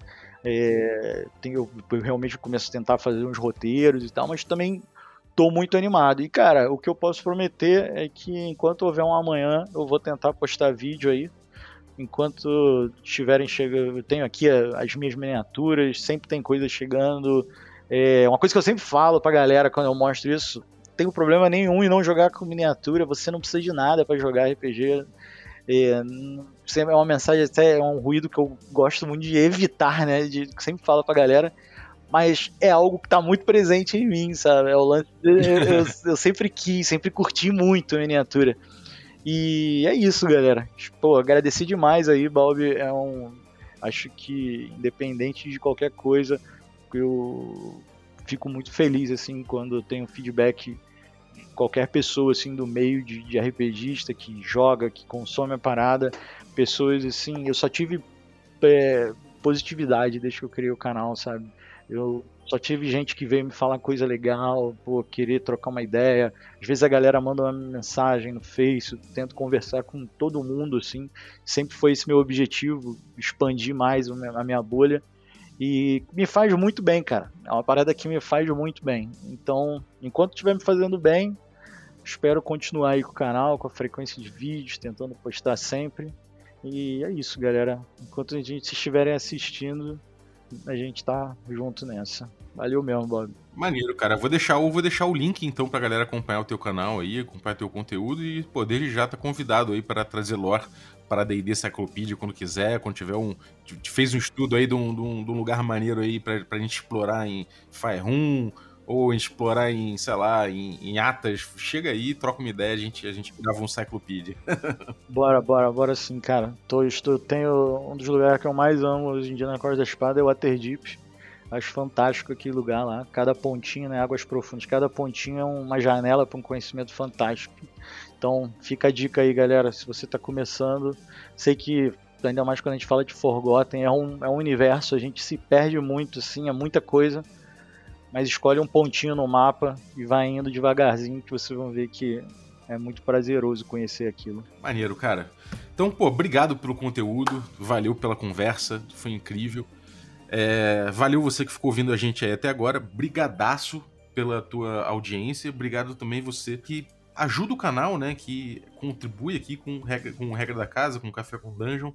Eu realmente começo a tentar fazer uns roteiros e tal, mas também tô muito animado. E, cara, o que eu posso prometer é que enquanto houver um amanhã, eu vou tentar postar vídeo aí. Enquanto estiverem chegando, eu tenho aqui as minhas miniaturas, sempre tem coisa chegando. Uma coisa que eu sempre falo pra galera quando eu mostro isso, não tenho problema nenhum em não jogar com miniatura, você não precisa de nada pra jogar RPG. É uma mensagem, até é um ruído que eu gosto muito de evitar, né? Sempre falo pra galera, mas é algo que tá muito presente em mim, sabe? É o lance eu sempre quis, sempre curti muito a miniatura. E é isso, galera. Pô, agradeci demais aí, Balbi. Acho que, independente de qualquer coisa, eu fico muito feliz, assim, quando eu tenho feedback de qualquer pessoa, assim, do meio de RPGista que joga, que consome a parada. Pessoas, assim, eu só tive positividade desde que eu criei o canal, sabe? Eu só tive gente que veio me falar coisa legal, pô, querer trocar uma ideia. Às vezes a galera manda uma mensagem no Face, eu tento conversar com todo mundo, assim. Sempre foi esse meu objetivo, expandir mais a minha bolha. E me faz muito bem, cara. É uma parada que me faz muito bem. Então, enquanto estiver me fazendo bem, espero continuar aí com o canal, com a frequência de vídeos, tentando postar sempre. E é isso, galera. Enquanto a gente estiverem assistindo, a gente tá junto nessa. Valeu mesmo, Bob. Maneiro, cara. Vou deixar o link, então, pra galera acompanhar o teu canal aí, acompanhar teu conteúdo e poder já tá convidado aí para trazer lore para a D&D Cyclopedia quando quiser, quando tiver fez um estudo aí de um lugar maneiro aí pra gente explorar em Faerun, ou explorar em, sei lá, em Atas. Chega aí, troca uma ideia, a gente grava um Cyclopedia. Bora sim, cara. Tenho um dos lugares que eu mais amo hoje em dia na Corda da Espada é o Waterdeep. Acho fantástico aquele lugar lá. Cada pontinho, né? Águas profundas. Cada pontinho é uma janela para um conhecimento fantástico. Então, fica a dica aí, galera. Se você está começando, sei que, ainda mais quando a gente fala de Forgotten, é um universo, a gente se perde muito, assim, é muita coisa. Mas escolhe um pontinho no mapa e vai indo devagarzinho, que vocês vão ver que é muito prazeroso conhecer aquilo. Maneiro, cara. Então, pô, obrigado pelo conteúdo. Valeu pela conversa. Foi incrível. Valeu você que ficou ouvindo a gente aí até agora. Brigadaço pela tua audiência. Obrigado também você que ajuda o canal, né? Que contribui aqui com regra da casa, com Café com Dungeon,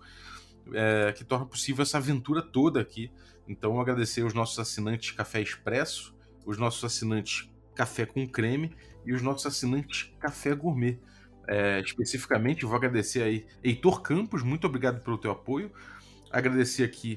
que torna possível essa aventura toda aqui. Então, agradecer aos nossos assinantes Café Expresso, os nossos assinantes Café com Creme e os nossos assinantes Café Gourmet. Especificamente, vou agradecer aí Heitor Campos, muito obrigado pelo teu apoio. Agradecer aqui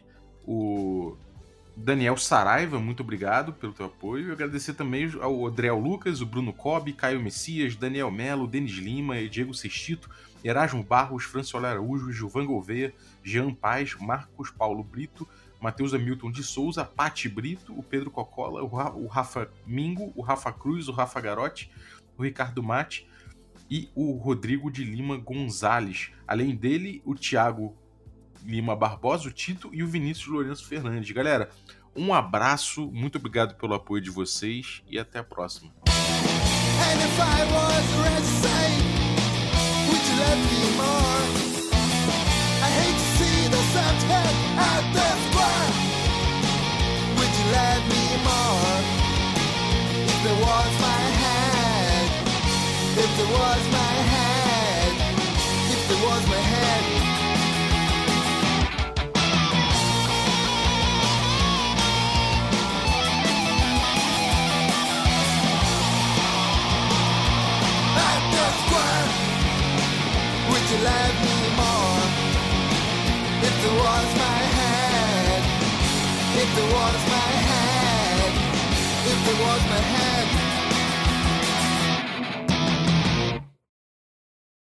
o Daniel Saraiva, muito obrigado pelo teu apoio. E agradecer também ao Adriel Lucas, o Bruno Cobb, Caio Messias, Daniel Melo, Denis Lima, Diego Sextito, Erasmo Barros, Franciola Araújo, Gilvan Gouveia, Jean Paz, Marcos Paulo Brito, Matheus Hamilton de Souza, Pati Brito, o Pedro Cocola, o Rafa Mingo, o Rafa Cruz, o Rafa Garotti, o Ricardo Mate e o Rodrigo de Lima Gonzalez. Além dele, o Thiago Lima Barbosa, o Tito e o Vinícius Lourenço Fernandes. Galera, um abraço, muito obrigado pelo apoio de vocês e até a próxima. Love me more. If there was my hand, if there was my hand, if there was my hand.